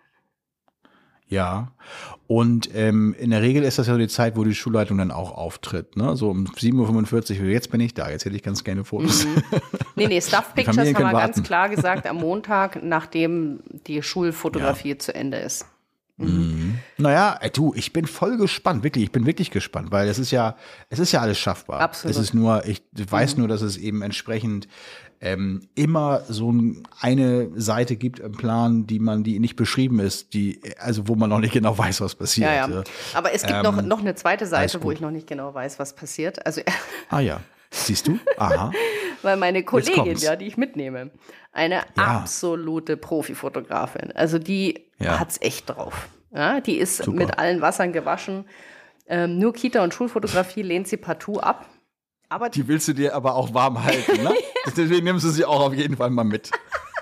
Ja, und ähm, in der Regel ist das ja so die Zeit, wo die Schulleitung dann auch auftritt, ne? So um sieben Uhr fünfundvierzig, jetzt bin ich da, jetzt hätte ich ganz gerne Fotos. Mhm. Nee, nee, Stuff Die Pictures Familien haben wir können ganz warten. klar gesagt, am Montag, nachdem die Schulfotografie zu Ende ist. Mhm. Naja, ey, du, ich bin voll gespannt, wirklich, ich bin wirklich gespannt, weil es ist ja, es ist ja alles schaffbar. Absolut. Es ist nur, ich weiß nur, dass es eben entsprechend ähm, immer so ein, eine Seite gibt im Plan, die man, die nicht beschrieben ist, die, also wo man noch nicht genau weiß, was passiert. Ja, ja. Aber es gibt Ähm, noch, noch eine zweite Seite, alles wo gut. ich noch nicht genau weiß, was passiert. Also, Ah ja, siehst du? Aha. weil meine Kollegin, kommt's. ja, die ich mitnehme, eine Ja. absolute Profifotografin. Also die Ja. hat's echt drauf. Ja, die ist Super. mit allen Wassern gewaschen. Ähm, nur Kita- und Schulfotografie lehnt sie partout ab. Aber Die willst du dir aber auch warm halten, ne? Deswegen nimmst du sie auch auf jeden Fall mal mit.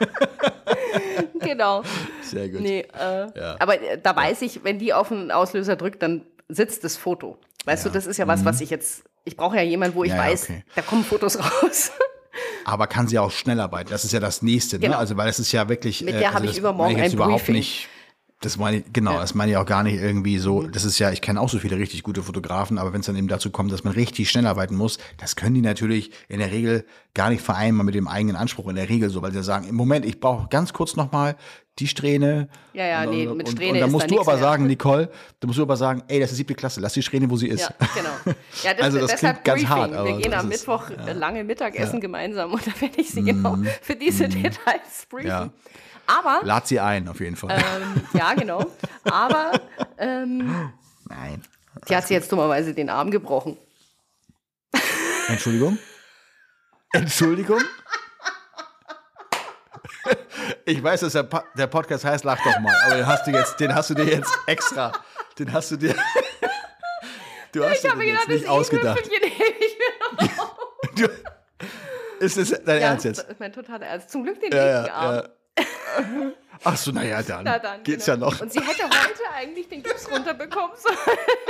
genau. Sehr gut. Nee, äh, Ja. aber äh, da weiß ich, wenn die auf den Auslöser drückt, dann sitzt das Foto. Weißt Ja. du, das ist ja was, was ich jetzt, ich brauche ja jemanden, wo ich Ja, ja, weiß, okay. da kommen Fotos raus. Aber kann sie auch schnell arbeiten? Das ist ja das Nächste, ne? Genau. Also, weil es ist ja wirklich. Mit äh, der also habe ich das übermorgen meine ich jetzt ein überhaupt Briefing. nicht. Das meine ich, genau, Ja. das meine ich auch gar nicht irgendwie so. Das ist ja, ich kenne auch so viele richtig gute Fotografen, aber wenn es dann eben dazu kommt, dass man richtig schnell arbeiten muss, das können die natürlich in der Regel gar nicht vereinbaren mit dem eigenen Anspruch in der Regel so, weil sie sagen, im Moment, ich brauche ganz kurz nochmal die Strähne. Ja, ja, und, nee, und, mit und, Strähne und dann ist musst da du nix aber mehr. sagen, Nicole, da musst du aber sagen, ey, das ist siebte Klasse, lass die Strähne, wo sie ist. Ja, genau. Ja, das, Also das deshalb klingt ganz Briefing. hart, aber Wir gehen das am ist- Mittwoch ja. äh, lange Mittagessen gemeinsam und da werde ich sie genau für diese Details briefen. Ja. Aber, Lad sie ein, auf jeden Fall. ähm, ja, genau. Aber ähm, Nein. die hat sie jetzt dummerweise den Arm gebrochen. Entschuldigung? Entschuldigung? Ich weiß, dass der, Po- der Podcast heißt Lach doch mal, aber den hast du jetzt, den hast du dir jetzt extra, den hast du dir, du hast Ich dir habe den mir jetzt gedacht, das nicht ausgedacht. i-Tüpfelchen hebe ich mir noch auf. Du, ist das dein Ja, Ernst das jetzt? ist mein totaler Ernst. Zum Glück den Ja, linken ja, Arm. ja. Ach so, naja, dann, Na dann, geht's genau. ja noch. Und sie hätte heute eigentlich den Gips runterbekommen sollen.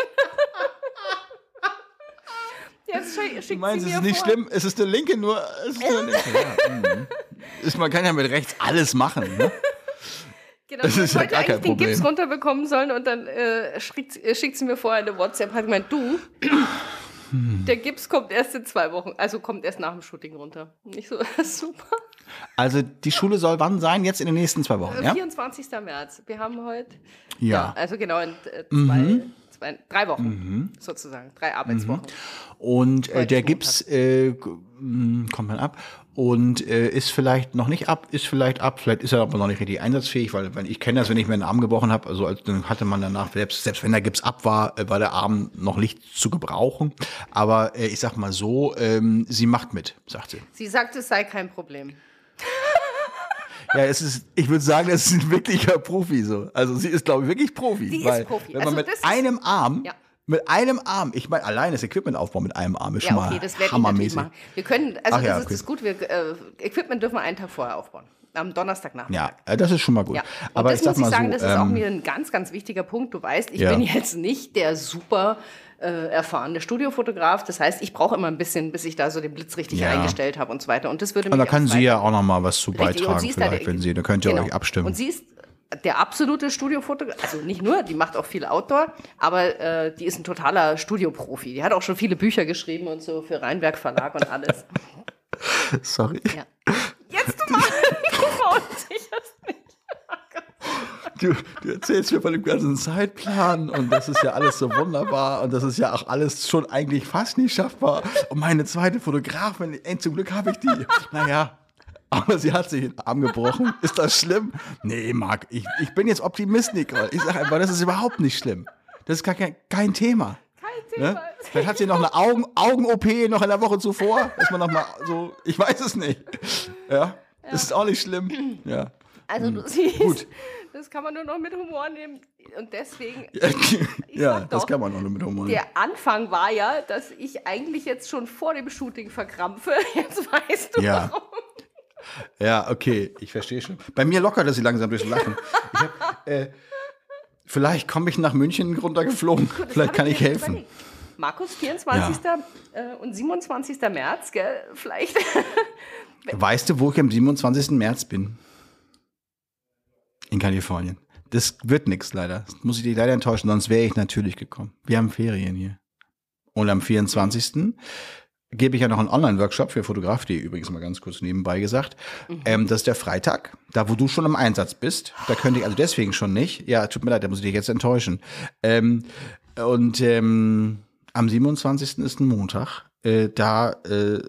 Jetzt schick- schickt Du meinst, sie es mir ist nicht vor. schlimm, es ist der linke nur, es ist der linke. Ja, mhm. ist, man kann ja mit rechts alles machen, ne? Genau, Das sie ist ja hätte gar eigentlich kein den Gips Problem. runterbekommen sollen und dann äh, schickt, äh, schickt sie mir vorher eine WhatsApp, hat gemeint, du, der Gips kommt erst in zwei Wochen, also kommt erst nach dem Shooting runter. Nicht so, super. Also die Schule soll wann sein? Jetzt in den nächsten zwei Wochen, ja? vierundzwanzigster März. Wir haben heute, Ja. also genau in äh, zwei, zwei, drei Wochen sozusagen, drei Arbeitswochen. Und äh, Heute der ist Gips äh, g- mh, kommt dann ab und äh, ist vielleicht noch nicht ab, ist vielleicht ab, vielleicht ist er aber noch nicht richtig einsatzfähig, weil wenn ich kenne das, wenn ich mir einen Arm gebrochen habe, also als, dann hatte man danach, selbst, selbst wenn der Gips ab war, äh, war der Arm noch nicht zu gebrauchen. Aber äh, ich sag mal so, ähm, sie macht mit, sagt sie. Sie sagt, es sei kein Problem. Ja, es ist, ich würde sagen, das ist ein wirklicher Profi so. Also sie ist, glaube ich, wirklich Profi. Sie ist weil, Profi. Wenn man Also mit das ist- einem Arm, Ja. mit einem Arm, ich meine, allein das Equipmentaufbau mit einem Arm ist Ja, schon okay, mal das werde ich natürlich hammermäßig. machen. Wir können, also Ach ja, das ist okay. das gut, wir, äh, Equipment dürfen wir einen Tag vorher aufbauen. Am Donnerstagnachmittag. Ja, äh, das ist schon mal gut. Ja, und Aber das ich sag muss ich mal sagen, so, das ist auch ähm, mir ein ganz, ganz wichtiger Punkt. Du weißt, ich ja. bin jetzt nicht der super äh, erfahrene Studiofotograf. Das heißt, ich brauche immer ein bisschen, bis ich da so den Blitz richtig Ja. eingestellt habe und so weiter. Und das würde und mich da kann erst sie ja weiter- auch noch mal was zu Richtig, und beitragen, sie ist da vielleicht, der- wenn sie, da könnt ihr genau. euch abstimmen. Und sie ist der absolute Studiofotograf, also nicht nur, die macht auch viel Outdoor, aber äh, die ist ein totaler Studioprofi. Die hat auch schon viele Bücher geschrieben und so für Rheinberg Verlag und alles. Sorry. Ja. Jetzt du mal, du verunsicherst mich. Du, du erzählst mir von dem ganzen Zeitplan und das ist ja alles so wunderbar und das ist ja auch alles schon eigentlich fast nicht schaffbar. Und meine zweite Fotografin, ey, zum Glück habe ich die. Naja, Aber sie hat sich den Arm gebrochen. Ist das schlimm? Nee, Marc, ich, ich bin jetzt Optimist, Nicole. Ich sage einfach, das ist überhaupt nicht schlimm. Das ist gar kein, kein Thema. Kein Thema. Ne? Vielleicht hat sie noch eine Augen, Augen-O P noch in der Woche zuvor, dass man noch mal so, ich weiß es nicht. Ja, ja. Das ist auch nicht schlimm. Ja. Also du siehst, Gut. das kann man nur noch mit Humor nehmen und deswegen, ja, doch, das kann man auch nur mit Humor nehmen. Der Anfang war ja, dass ich eigentlich jetzt schon vor dem Shooting verkrampfe. Jetzt weißt du ja. warum. Ja, okay, ich verstehe schon. Bei mir lockert das sie langsam durchs Lachen. Ich hab, äh, vielleicht komme ich nach München runtergeflogen. Gut, vielleicht kann ich, ich helfen. Überlegt. Markus, vierundzwanzigsten Ja. und siebenundzwanzigsten März, gell? Vielleicht. Weißt du, wo ich am siebenundzwanzigsten März bin? In Kalifornien. Das wird nichts leider. Das muss ich dich leider enttäuschen, sonst wäre ich natürlich gekommen. Wir haben Ferien hier. Und am vierundzwanzigsten gebe ich ja noch einen Online-Workshop für Fotograf.de, übrigens mal ganz kurz nebenbei gesagt. Mhm. Ähm, das ist der Freitag, da wo du schon im Einsatz bist. Da könnte ich also deswegen schon nicht. Ja, tut mir leid, da muss ich dich jetzt enttäuschen. Ähm, und ähm, am siebenundzwanzigsten ist ein Montag. Äh, da äh,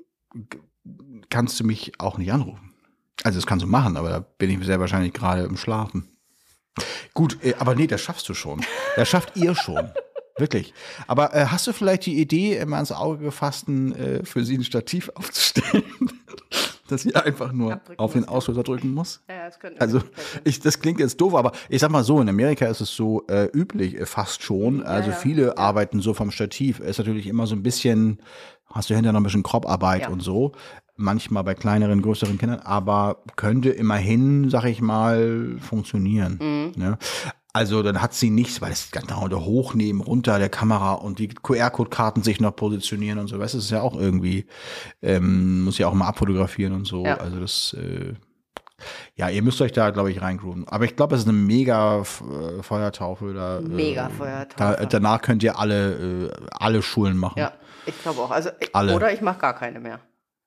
kannst du mich auch nicht anrufen. Also das kannst du machen, aber da bin ich sehr wahrscheinlich gerade im Schlafen. Gut, äh, aber nee, das schaffst du schon. Das schafft ihr schon. Wirklich. Aber äh, hast du vielleicht die Idee, immer ins Auge gefassten, äh, für sie ein Stativ aufzustellen? Dass sie einfach nur Abdrücken auf den Auslöser drücken muss? Ja, das könnte also, ich, das klingt jetzt doof, aber ich sag mal so, in Amerika ist es so äh, üblich, äh, fast schon. Also ja, ja. viele ja. arbeiten so vom Stativ. Ist natürlich immer so ein bisschen, hast du hinterher noch ein bisschen Kropfarbeit ja. und so. Manchmal bei kleineren, größeren Kindern, aber könnte immerhin, sag ich mal, funktionieren. Mhm. Ne? Also dann hat sie nichts, weil es ganz genau hochnehmen, runter der Kamera und die Q R-Code-Karten sich noch positionieren und so. Weißt du, das ist ja auch irgendwie, ähm, muss ja auch mal abfotografieren und so. Ja. Also das, äh, ja, ihr müsst euch da, glaube ich, reingrooven. Aber ich glaube, es ist eine mega äh, Feuertaufe. Da, mega äh, Feuertaufe. Da, danach könnt ihr alle, äh, alle Schulen machen. Ja, ich glaube auch. Also ich, alle. Oder ich mache gar keine mehr.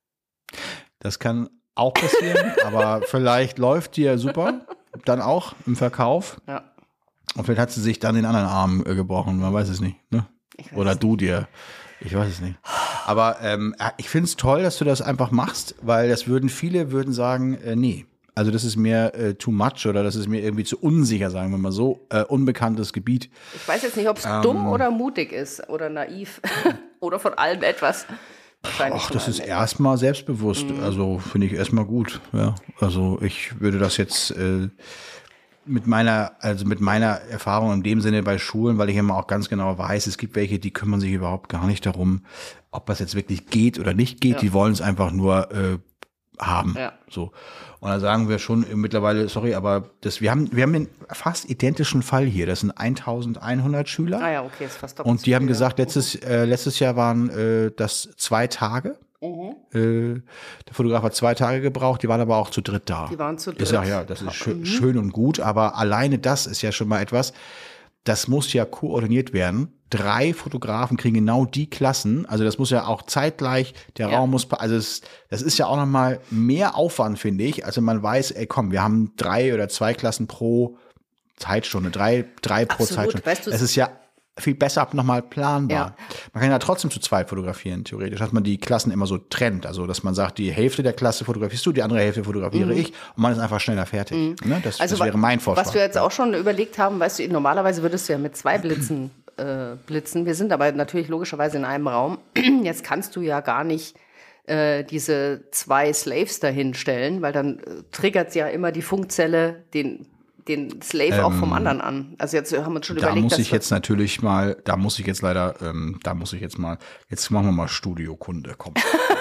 Das kann auch passieren, aber vielleicht läuft die ja super, dann auch im Verkauf. Ja. Und vielleicht hat sie sich dann den anderen Arm äh, gebrochen, man weiß es nicht. Ne? Oder du dir, ich weiß es nicht. Aber ähm, ich finde es toll, dass du das einfach machst, weil das würden viele würden sagen, äh, nee. Also das ist mir äh, too much oder das ist mir irgendwie zu unsicher, sagen wir mal so, äh, unbekanntes Gebiet. Ich weiß jetzt nicht, ob es ähm, dumm oder mutig ist oder naiv oder von allem etwas. Ach, das ist erstmal selbstbewusst. Mhm. Also finde ich erstmal gut. Ja, also ich würde das jetzt äh, mit meiner, also mit meiner Erfahrung in dem Sinne bei Schulen, weil ich immer auch ganz genau weiß, es gibt welche, die kümmern sich überhaupt gar nicht darum, ob das jetzt wirklich geht oder nicht geht. Ja. Die wollen es einfach nur äh, haben. Ja. So. Und da sagen wir schon mittlerweile, sorry, aber das, wir haben, wir haben den fast identischen Fall hier. Das sind eintausendeinhundert Schüler. Ah ja, okay, ist fast doppelt. Und die haben wieder gesagt, letztes, äh, letztes Jahr waren äh, das zwei Tage. Mhm. Äh, der Fotograf hat zwei Tage gebraucht, die waren aber auch zu dritt da. Die waren zu dritt. Ich sage, ja, das ist schön, mhm. schön und gut, aber alleine das ist ja schon mal etwas, das muss ja koordiniert werden. Drei Fotografen kriegen genau die Klassen, also das muss ja auch zeitgleich, der ja. Raum muss, also es, das ist ja auch nochmal mehr Aufwand, finde ich, also man weiß, ey komm, wir haben drei oder zwei Klassen pro Zeitstunde, drei, drei pro Absolut. Zeitstunde. Weißt du, es ist ja viel besser nochmal planbar. Ja. Man kann ja trotzdem zu zweit fotografieren, theoretisch, dass man die Klassen immer so trennt, also dass man sagt, die Hälfte der Klasse fotografierst du, die andere Hälfte fotografiere mhm. ich und man ist einfach schneller fertig. Mhm. Ne? Das, also, das wäre mein Vorschlag. Was wir jetzt auch schon überlegt haben, weißt du, normalerweise würdest du ja mit zwei Blitzen äh, blitzen, wir sind aber natürlich logischerweise in einem Raum. Jetzt kannst du ja gar nicht äh, diese zwei Slaves dahin stellen, weil dann äh, triggert ja immer die Funkzelle den den Slave ähm, auch vom anderen an. Also jetzt haben wir uns schon da überlegt, muss ich jetzt natürlich mal, da muss ich jetzt leider, ähm, da muss ich jetzt mal, jetzt machen wir mal Studiokunde, komm.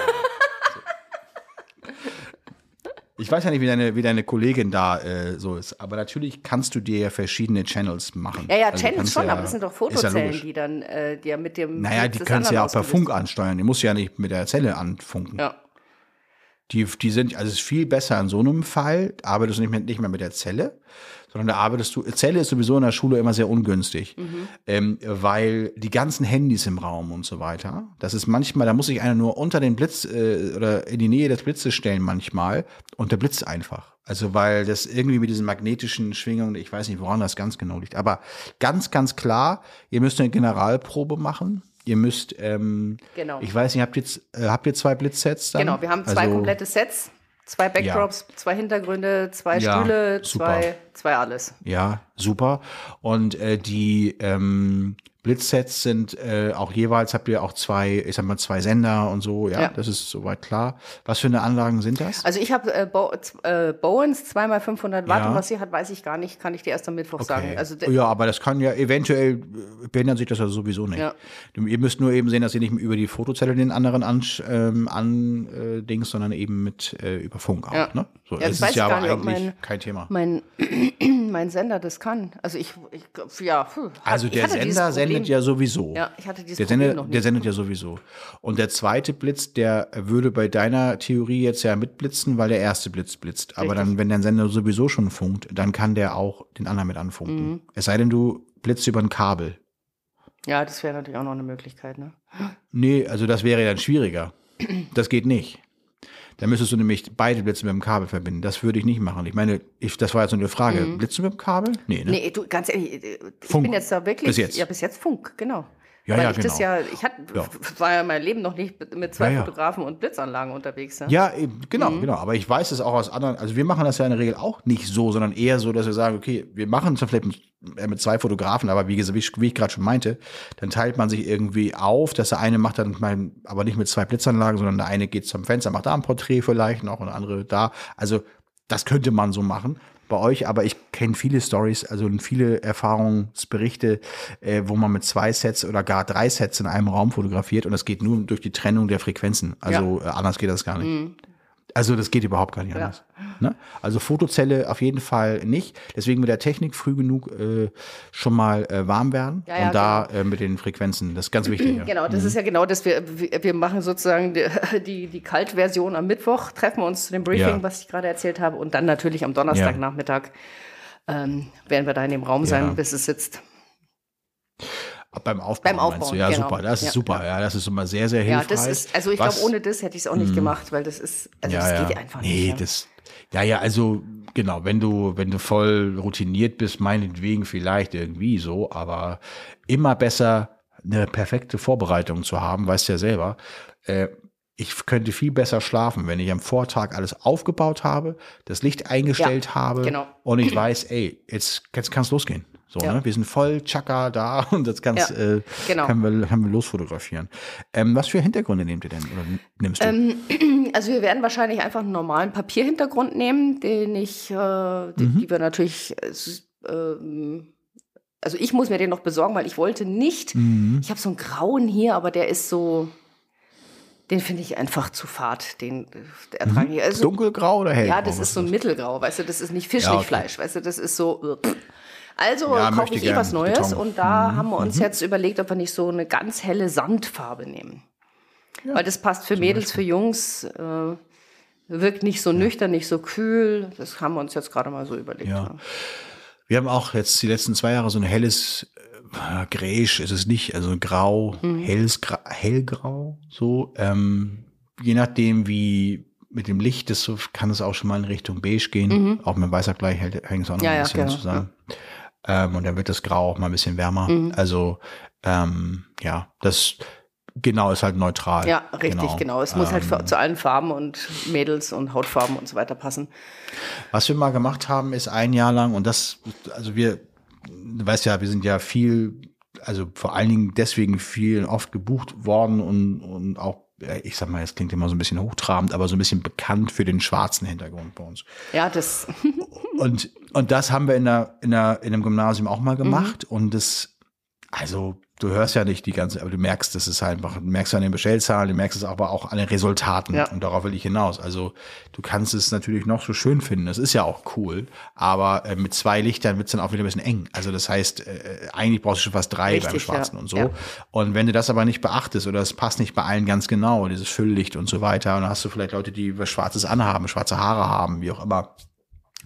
Ich weiß ja nicht, wie deine, wie deine Kollegin da äh, so ist, aber natürlich kannst du dir ja verschiedene Channels machen. Ja, ja, also Channels schon, ja, aber das sind doch Fotozellen, ja die dann, äh, die ja mit dem Naja, die können ja auch per Funk ansteuern, die muss ja nicht mit der Zelle anfunken. Ja. Die, die sind, also es ist viel besser in so einem Fall, arbeitest du nicht mehr, nicht mehr mit der Zelle, sondern da arbeitest du, Zelle ist sowieso in der Schule immer sehr ungünstig, mhm. ähm, weil die ganzen Handys im Raum und so weiter, das ist manchmal, da muss sich einer nur unter den Blitz äh, oder in die Nähe des Blitzes stellen manchmal und der blitzt einfach. Also weil das irgendwie mit diesen magnetischen Schwingungen, ich weiß nicht, woran das ganz genau liegt, aber ganz, ganz klar, ihr müsst eine Generalprobe machen. Ihr müsst, ähm, genau. ich weiß nicht, habt ihr, äh, habt ihr zwei Blitzsets dann? Genau, wir haben zwei also, komplette Sets. Zwei Backdrops, ja. zwei Hintergründe, zwei ja, Stühle, zwei, zwei alles. Ja, super. Und äh, die ähm, Blitzsets sind äh, auch jeweils, habt ihr auch zwei, ich sag mal, zwei Sender und so, ja, ja. Das ist soweit klar. Was für eine Anlagen sind das? Also ich habe äh, Bo äh, Bowens zwei mal fünfhundert Watt, ja. Und was sie hat, weiß ich gar nicht, kann ich dir erst am Mittwoch okay. sagen. Also ja, aber das kann ja, eventuell behindert sich das ja sowieso nicht. Ja. Ihr müsst nur eben sehen, dass ihr nicht über die Fotozelle den anderen an, ähm, an äh, Dings, sondern eben mit äh, über Funk auch, ja. ne? So, ja, das das ist ja aber nicht, eigentlich mein, kein Thema. Mein, mein Sender das kann. Also ich, ich ja. Pfuh, also der Sender sendet ja sowieso. Ja, ich hatte dieses der Problem sendet, noch nicht. Der sendet ja sowieso. Und der zweite Blitz, der würde bei deiner Theorie jetzt ja mitblitzen, weil der erste Blitz blitzt. Aber Richtig. Dann, wenn der Sender sowieso schon funkt, dann kann der auch den anderen mit anfunken. Mhm. Es sei denn, du blitzt über ein Kabel. Ja, das wäre natürlich auch noch eine Möglichkeit, ne? Nee, also das wäre ja dann schwieriger. Das geht nicht. Da müsstest du nämlich beide Blitze mit dem Kabel verbinden. Das würde ich nicht machen. Ich meine, ich, das war jetzt so eine Frage. Mhm. Blitze mit dem Kabel? Nee, ne? Nee, du, ganz ehrlich, ich Funk. bin jetzt da wirklich. Bis jetzt. Ja, bis jetzt Funk, genau. Ja, Weil ja, ich genau. das ja, ich hatte, ja. war ja mein Leben noch nicht mit zwei ja, ja. Fotografen und Blitzanlagen unterwegs. Ne? Ja, eben, genau, mhm. genau. Aber ich weiß es auch aus anderen, also wir machen das ja in der Regel auch nicht so, sondern eher so, dass wir sagen, okay, wir machen es vielleicht mit, mit zwei Fotografen, aber wie, wie, wie ich gerade schon meinte, dann teilt man sich irgendwie auf, dass der eine macht dann mal, aber nicht mit zwei Blitzanlagen, sondern der eine geht zum Fenster, macht da ein Porträt vielleicht noch und der andere da. Also das könnte man so machen. Bei euch, aber ich kenne viele Stories, also viele Erfahrungsberichte, äh, wo man mit zwei Sets oder gar drei Sets in einem Raum fotografiert und das geht nur durch die Trennung der Frequenzen. Also ja. äh, anders geht das gar nicht. Mhm. Also das geht überhaupt gar nicht ja. anders. Ne? Also Fotozelle auf jeden Fall nicht. Deswegen mit der Technik früh genug äh, schon mal äh, warm werden ja, ja, und da genau. äh, mit den Frequenzen. Das ist ganz wichtig. Genau, das mhm. ist ja genau das. Wir, wir machen sozusagen die, die, die Kaltversion am Mittwoch, treffen wir uns zu dem Briefing, ja. was ich gerade erzählt habe und dann natürlich am Donnerstagnachmittag ähm, werden wir da in dem Raum sein, ja. bis es sitzt. Beim Aufbau, Beim Aufbau, meinst du? Ja, genau. super, das ist ja. super. Ja, das ist immer sehr, sehr hilfreich. Ja, das ist, also ich glaube, ohne das hätte ich es auch nicht mm. gemacht, weil das ist, also ja, das ja. geht einfach nee, nicht. Ja. Das, ja, ja, also genau, wenn du, wenn du voll routiniert bist, meinetwegen vielleicht irgendwie so, aber immer besser eine perfekte Vorbereitung zu haben, weißt du ja selber. Äh, ich könnte viel besser schlafen, wenn ich am Vortag alles aufgebaut habe, das Licht eingestellt ja, habe genau. und ich weiß, ey, jetzt, jetzt kann es losgehen. So, ja. ne? Wir sind voll Chaka da und das kannst, ja, äh, genau. können, wir, können wir losfotografieren. Ähm, was für Hintergründe nehmt ihr denn oder nimmst du? Ähm, also wir werden wahrscheinlich einfach einen normalen Papierhintergrund nehmen, den ich, äh, die, mhm. die wir natürlich, äh, also ich muss mir den noch besorgen, weil ich wollte nicht, mhm. ich habe so einen grauen hier, aber der ist so, den finde ich einfach zu fad, den der ertrage ich. Also, dunkelgrau oder hellgrau? Ja, das ist so ein mittelgrau, weißt du, das ist nicht Fischlichfleisch, ja, okay. weißt du, das ist so. Äh, Also ja, kaufe ich eh was Neues Beton. und da mhm. haben wir uns mhm. jetzt überlegt, ob wir nicht so eine ganz helle Sandfarbe nehmen. Ja, weil das passt für Mädels, Beispiel. Für Jungs, äh, wirkt nicht so ja. nüchtern, nicht so kühl. Das haben wir uns jetzt gerade mal so überlegt. Ja. Ja. Wir haben auch jetzt die letzten zwei Jahre so ein helles äh, Gräsch, ist es nicht, also grau, mhm. helles, gra hellgrau, so. Ähm, je nachdem, wie mit dem Licht ist, so kann es auch schon mal in Richtung beige gehen. Mhm. Auch mit Weißabgleich hängt es auch noch ja, ein ja, bisschen genau. zusammen. Ja. Ähm, und dann wird das Grau auch mal ein bisschen wärmer. Mhm. Also, ähm, ja, das genau ist halt neutral. Ja, richtig, genau. genau. Es muss ähm, halt für, zu allen Farben und Mädels und Hautfarben und so weiter passen. Was wir mal gemacht haben, ist ein Jahr lang, und das, also wir, du weißt ja, wir sind ja viel, also vor allen Dingen deswegen viel oft gebucht worden und, und auch, ich sag mal, es klingt immer so ein bisschen hochtrabend, aber so ein bisschen bekannt für den schwarzen Hintergrund bei uns. Ja, das. und, und das haben wir in der, in der, in einem Gymnasium auch mal gemacht. Mhm. Und das, also, du hörst ja nicht die ganze, aber du merkst, das ist halt einfach, du merkst an den Bestellzahlen, du merkst es aber auch an den Resultaten. Ja. Und darauf will ich hinaus. Also, du kannst es natürlich noch so schön finden. Das ist ja auch cool. Aber äh, mit zwei Lichtern wird es dann auch wieder ein bisschen eng. Also, das heißt, äh, eigentlich brauchst du schon fast drei Richtig, beim Schwarzen, ja. und so. Ja. Und wenn du das aber nicht beachtest oder es passt nicht bei allen ganz genau, dieses Fülllicht und so weiter, und dann hast du vielleicht Leute, die was Schwarzes anhaben, schwarze Haare haben, wie auch immer,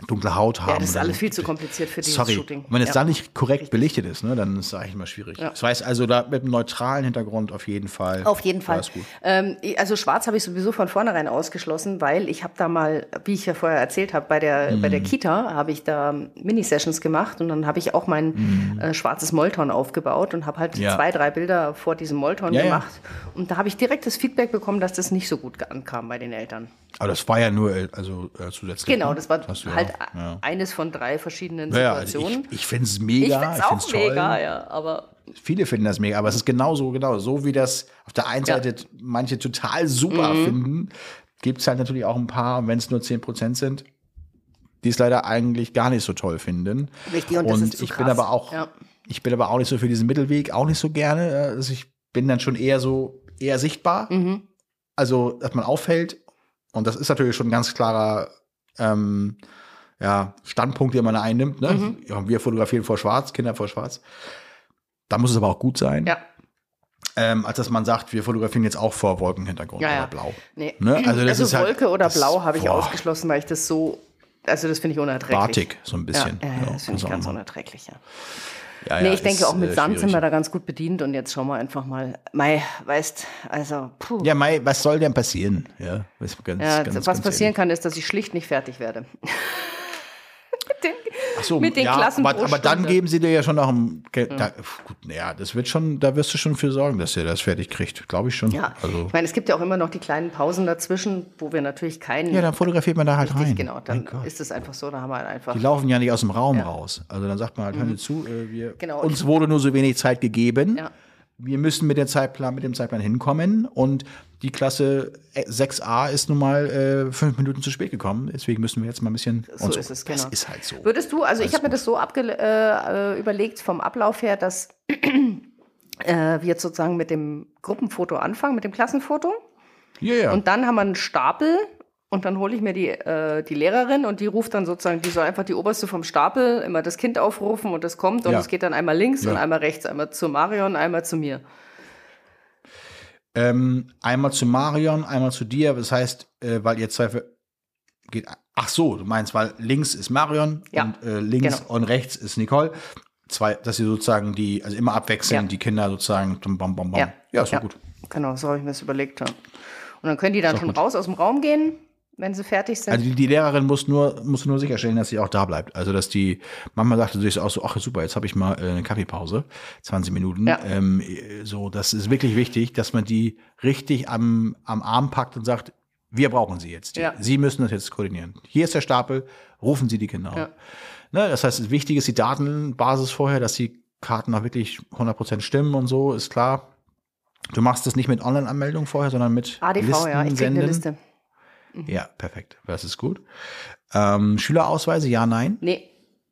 dunkle Haut haben. Ja, das ist dann, alles viel zu kompliziert für dieses sorry. Shooting. Und wenn es ja. da nicht korrekt Richtig. belichtet ist, ne, dann ist es eigentlich immer schwierig. Ja. Das heißt also, da mit einem neutralen Hintergrund auf jeden Fall. Auf jeden Fall. Gut. Ähm, also schwarz habe ich sowieso von vornherein ausgeschlossen, weil ich habe da mal, wie ich ja vorher erzählt habe, bei der, mm. bei der Kita habe ich da Mini-Sessions gemacht und dann habe ich auch mein mm. äh, schwarzes Molton aufgebaut und habe halt ja. zwei, drei Bilder vor diesem Molton ja, gemacht. Ja. Und da habe ich direkt das Feedback bekommen, dass das nicht so gut ankam bei den Eltern. Aber das war ja nur also, äh, zusätzlich. Genau, das war das halt ja. eines von drei verschiedenen ja, Situationen. Also ich ich finde es mega. Ich finde es auch toll. mega, ja. Aber viele finden das mega, aber es ist genauso, genau. So wie das auf der einen Seite ja. manche total super mhm. finden, gibt es halt natürlich auch ein paar, wenn es nur zehn Prozent sind, die es leider eigentlich gar nicht so toll finden. Richtig, und, das und ist zu ich krass. bin aber auch, ja. ich bin aber auch nicht so für diesen Mittelweg, auch nicht so gerne. Also ich bin dann schon eher so, eher sichtbar. Mhm. Also, dass man auffällt. Und das ist natürlich schon ein ganz klarer ähm, ja, Standpunkt, den man da einnimmt. Ne? Mhm. Ja, wir fotografieren vor Schwarz, Kinder vor Schwarz. Da muss es aber auch gut sein. Ja. Ähm, als dass man sagt, wir fotografieren jetzt auch vor Wolkenhintergrund ja, ja. oder Blau. Nee. Ne? Also, das also ist halt, Wolke oder das, Blau habe ich boah. ausgeschlossen, weil ich das so, also das finde ich unerträglich. Bartig, so ein bisschen. Ja, ja, ja, das finde ich ganz unerträglich, ja. Ja, nee, ja, ich denke ist, auch mit äh, Sand sind wir schwierig. da ganz gut bedient und jetzt schauen wir einfach mal. Mai, weißt, also, puh. Ja, Mai, was soll denn passieren? Ja, was, ganz, ja, ganz, was ganz passieren ehrlich. kann, ist, dass ich schlicht nicht fertig werde. mit den, Ach so, mit den ja, Klassen aber, pro aber dann Stunde. geben sie dir ja schon noch ein, da, gut, ja, das wird schon, da wirst du schon für sorgen, dass ihr das fertig kriegt, glaube ich schon. Ja, also, ich meine, es gibt ja auch immer noch die kleinen Pausen dazwischen, wo wir natürlich keinen. ja, dann fotografiert man da halt richtig, rein. Genau, dann ist es einfach so, da haben wir halt einfach. Die laufen ja nicht aus dem Raum Ja. raus. Also dann sagt man halt, hör Mhm. dir zu, äh, wir, Genau, uns ich- wurde nur so wenig Zeit gegeben. Ja. Wir müssen mit, der Zeitplan, mit dem Zeitplan hinkommen und die Klasse sechs a ist nun mal äh, fünf Minuten zu spät gekommen. Deswegen müssen wir jetzt mal ein bisschen. So und so. ist es, genau. Das ist halt so. Würdest du, also ich Alles habe mir gut. das so abge äh, überlegt vom Ablauf her, dass äh, wir jetzt sozusagen mit dem Gruppenfoto anfangen, mit dem Klassenfoto. Ja, ja. Und dann haben wir einen Stapel und dann hole ich mir die, äh, die Lehrerin und die ruft dann sozusagen, die soll einfach die oberste vom Stapel immer das Kind aufrufen und das kommt und Ja. es geht dann einmal links Ja. und einmal rechts, einmal zu Marion, einmal zu mir. Ähm, einmal zu Marion, einmal zu dir. Das heißt, äh, weil ihr zwei für- geht. Ach so, du meinst, weil links ist Marion Ja, und äh, links genau. und rechts ist Nicole. Zwei, dass sie sozusagen die, also immer abwechselnd Ja. die Kinder sozusagen. Bam, bam, bam. Ja, ja ist doch ja. gut. Genau, so habe ich mir das überlegt. Ja. Und dann können die dann Ist doch schon gut. raus aus dem Raum gehen, wenn sie fertig sind. Also die, die Lehrerin muss nur, muss nur sicherstellen, dass sie auch da bleibt. Also dass die, Mama sagte sich auch so, ach super, jetzt habe ich mal äh, eine Kaffeepause, zwanzig Minuten. Ja. Ähm, so, das ist wirklich wichtig, dass man die richtig am, am Arm packt und sagt, wir brauchen sie jetzt. Ja. Sie müssen das jetzt koordinieren. Hier ist der Stapel, rufen Sie die Kinder auf. Ja. Ne, das heißt, wichtig ist die Datenbasis vorher, dass die Karten auch wirklich hundert Prozent stimmen und so, ist klar. Du machst das nicht mit Online-Anmeldung vorher, sondern mit A D V, Listen ja, ich kriege eine senden. Liste. Ja, perfekt. Das ist gut. Ähm, Schülerausweise, ja, nein? Nee,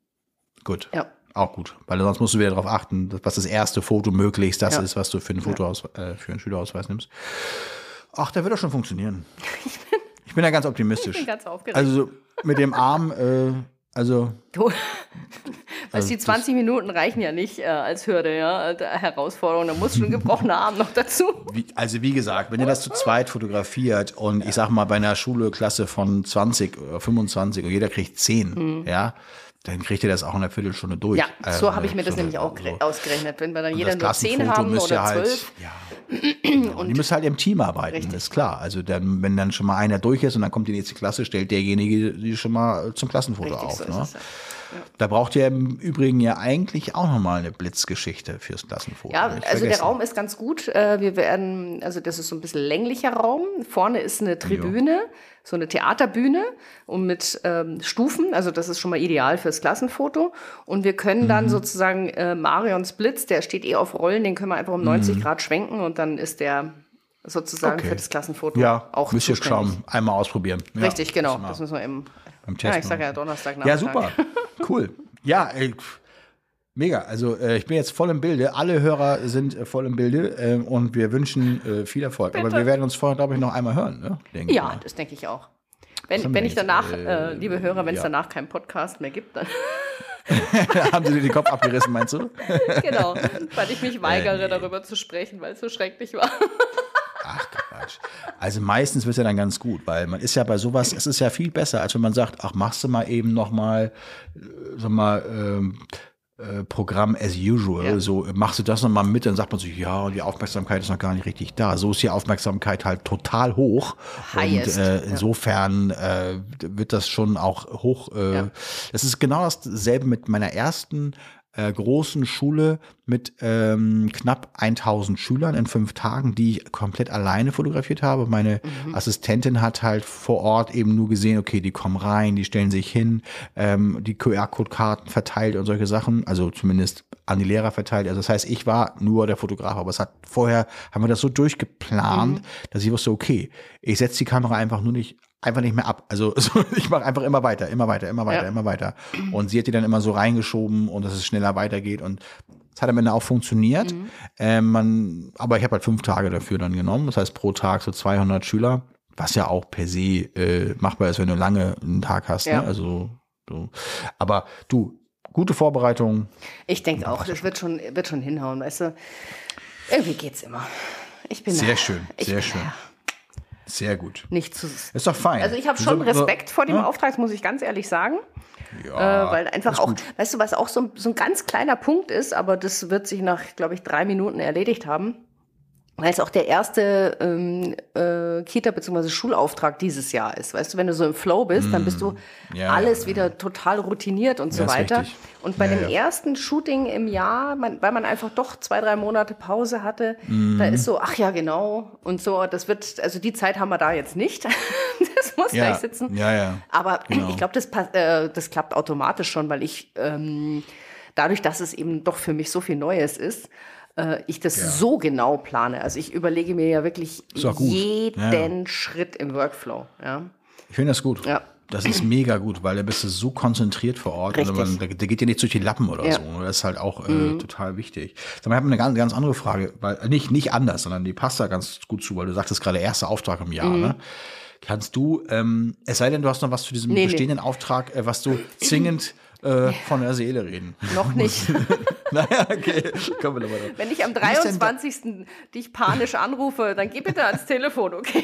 Gut. ja. Auch gut. Weil sonst musst du wieder darauf achten, was das erste Foto möglichst das Ja. ist, was du für einen, Fotoaus äh, für einen Schülerausweis nimmst. Ach, der wird doch schon funktionieren. Ich bin da ganz optimistisch. Ich bin ganz aufgeregt. Also mit dem Arm, äh, also Du, weißt, Also die das- zwanzig Minuten reichen ja nicht äh, als Hürde, ja, der Herausforderung. Da muss schon ein gebrochener Arm noch dazu. Wie, also wie gesagt, wenn ihr das zu zweit fotografiert und ich sag mal bei einer Schule Klasse von zwanzig oder fünfundzwanzig und jeder kriegt zehn, ja, dann kriegt ihr das auch in einer Viertelstunde durch. Ja, Also so habe ich mir das so nämlich auch so. gere- ausgerechnet. Wenn wir dann Und jeder das nur zehn Klassenfoto haben müsst ihr oder halt, zwölf. ja, genau. Und die müssen halt im Team arbeiten, Richtig. ist klar. Also dann, wenn dann schon mal einer durch ist und dann kommt die nächste Klasse, stellt derjenige die schon mal zum Klassenfoto Richtig, auf. so ist Ne? es ja. Da braucht ihr im Übrigen ja eigentlich auch nochmal eine Blitzgeschichte fürs Klassenfoto. Ja, Nicht also der vergessen. Raum ist ganz gut. Äh, Wir werden, also das ist so ein bisschen länglicher Raum. Vorne ist eine Tribüne, so eine Theaterbühne und mit ähm, Stufen. Also das ist schon mal ideal fürs Klassenfoto. Und wir können dann Mhm. sozusagen äh, Marions Blitz, der steht eh auf Rollen, den können wir einfach um neunzig Grad schwenken und dann ist der sozusagen Okay. für das Klassenfoto Ja, auch müsst ihr zuständig. schauen, einmal ausprobieren. Ja, Richtig, genau. müssen wir Das müssen wir eben. beim Ja, Testen ich sage ja machen. Donnerstag Ja, super. Cool. Ja, ey, pf, mega. Also äh, ich bin jetzt voll im Bilde. Alle Hörer sind äh, voll im Bilde äh, und wir wünschen äh, viel Erfolg. Aber wir werden uns vorher, glaube ich, noch einmal hören. Ne? Denke ich Ja, mal. das denke ich auch. haben Wenn, wir wenn ich jetzt? danach, Äh, äh, liebe Hörer, wenn es ja. danach keinen Podcast mehr gibt, dann Haben sie dir den Kopf abgerissen, meinst du? genau, weil ich mich weigere, Äh, nee. darüber zu sprechen, weil es so schrecklich war. Ach Quatsch. Also meistens wird es ja dann ganz gut, weil man ist ja bei sowas, es ist ja viel besser, als wenn man sagt, ach, machst du mal eben noch mal, sag mal, ähm, äh, Programm as usual, ja. So machst du das noch mal mit, dann sagt man sich, ja, die Aufmerksamkeit ist noch gar nicht richtig da. So ist die Aufmerksamkeit halt total hoch. Highest. Und äh, insofern ja. äh, wird das schon auch hoch. Äh, ja. Das ist genau dasselbe mit meiner ersten Äh, großen Schule mit ähm, knapp tausend Schülern in fünf Tagen, die ich komplett alleine fotografiert habe. Meine mhm. Assistentin hat halt vor Ort eben nur gesehen, okay, die kommen rein, die stellen sich hin, ähm, die Q R-Code-Karten verteilt und solche Sachen, also zumindest an die Lehrer verteilt. Also das heißt, ich war nur der Fotograf, aber es hat vorher, haben wir das so durchgeplant, mhm. dass ich wusste, okay, ich setze die Kamera einfach nur nicht einfach nicht mehr ab. Also ich mache einfach immer weiter, immer weiter, immer weiter, ja. immer weiter. Und sie hat die dann immer so reingeschoben und dass es schneller weitergeht. Und es hat am Ende auch funktioniert. Mhm. Ähm, man, aber ich habe halt fünf Tage dafür dann genommen. Das heißt pro Tag so zweihundert Schüler, was ja auch per se äh, machbar ist, wenn du lange einen Tag hast. Ja. Ne? Also so. Aber du, gute Vorbereitung. Ich denke auch, das wird schon, wird schon hinhauen. Weißt du, irgendwie geht's immer. Ich bin sehr da. schön, sehr schön. Da. Sehr gut. Nicht zu. Ist doch fein. Also ich habe schon so, Respekt so, vor dem ja? Auftrag, das muss ich ganz ehrlich sagen. Ja, äh, weil einfach auch, gut. Weißt du, was auch so, so ein ganz kleiner Punkt ist, aber das wird sich nach, glaube ich, drei Minuten erledigt haben. Weil es auch der erste ähm, äh, Kita- bzw. Schulauftrag dieses Jahr ist. Weißt du, wenn du so im Flow bist, dann bist du ja, alles ja, wieder ja. total routiniert und so ja, weiter. Und bei ja, dem ja. ersten Shooting im Jahr, man, weil man einfach doch zwei, drei Monate Pause hatte, mhm. da ist so, ach ja, genau. Und so, das wird, also die Zeit haben wir da jetzt nicht. Das muss ja. gleich sitzen. Ja, ja. Aber genau. ich glaube, das, äh, das klappt automatisch schon, weil ich ähm, dadurch, dass es eben doch für mich so viel Neues ist, ich das ja. so genau plane. Also ich überlege mir ja wirklich jeden ja, ja. Schritt im Workflow. Ja. Ich finde das gut. Ja. Das ist mega gut, weil da bist du so konzentriert vor Ort. Also man, da, da geht dir nicht durch die Lappen oder ja. so. Das ist halt auch äh, mhm. total wichtig. Aber ich habe eine ganz, ganz andere Frage, weil nicht, nicht anders, sondern die passt da ganz gut zu, weil du sagtest gerade erster Auftrag im Jahr. Mhm. Ne? Kannst du, ähm, es sei denn, du hast noch was zu diesem nee, bestehenden nee. Auftrag, äh, was du zwingend äh, von der Seele reden. Noch nicht. Naja, okay. Kommen wir nochmal drauf. Wenn ich am dreiundzwanzigsten dich panisch anrufe, dann geh bitte ans Telefon, okay?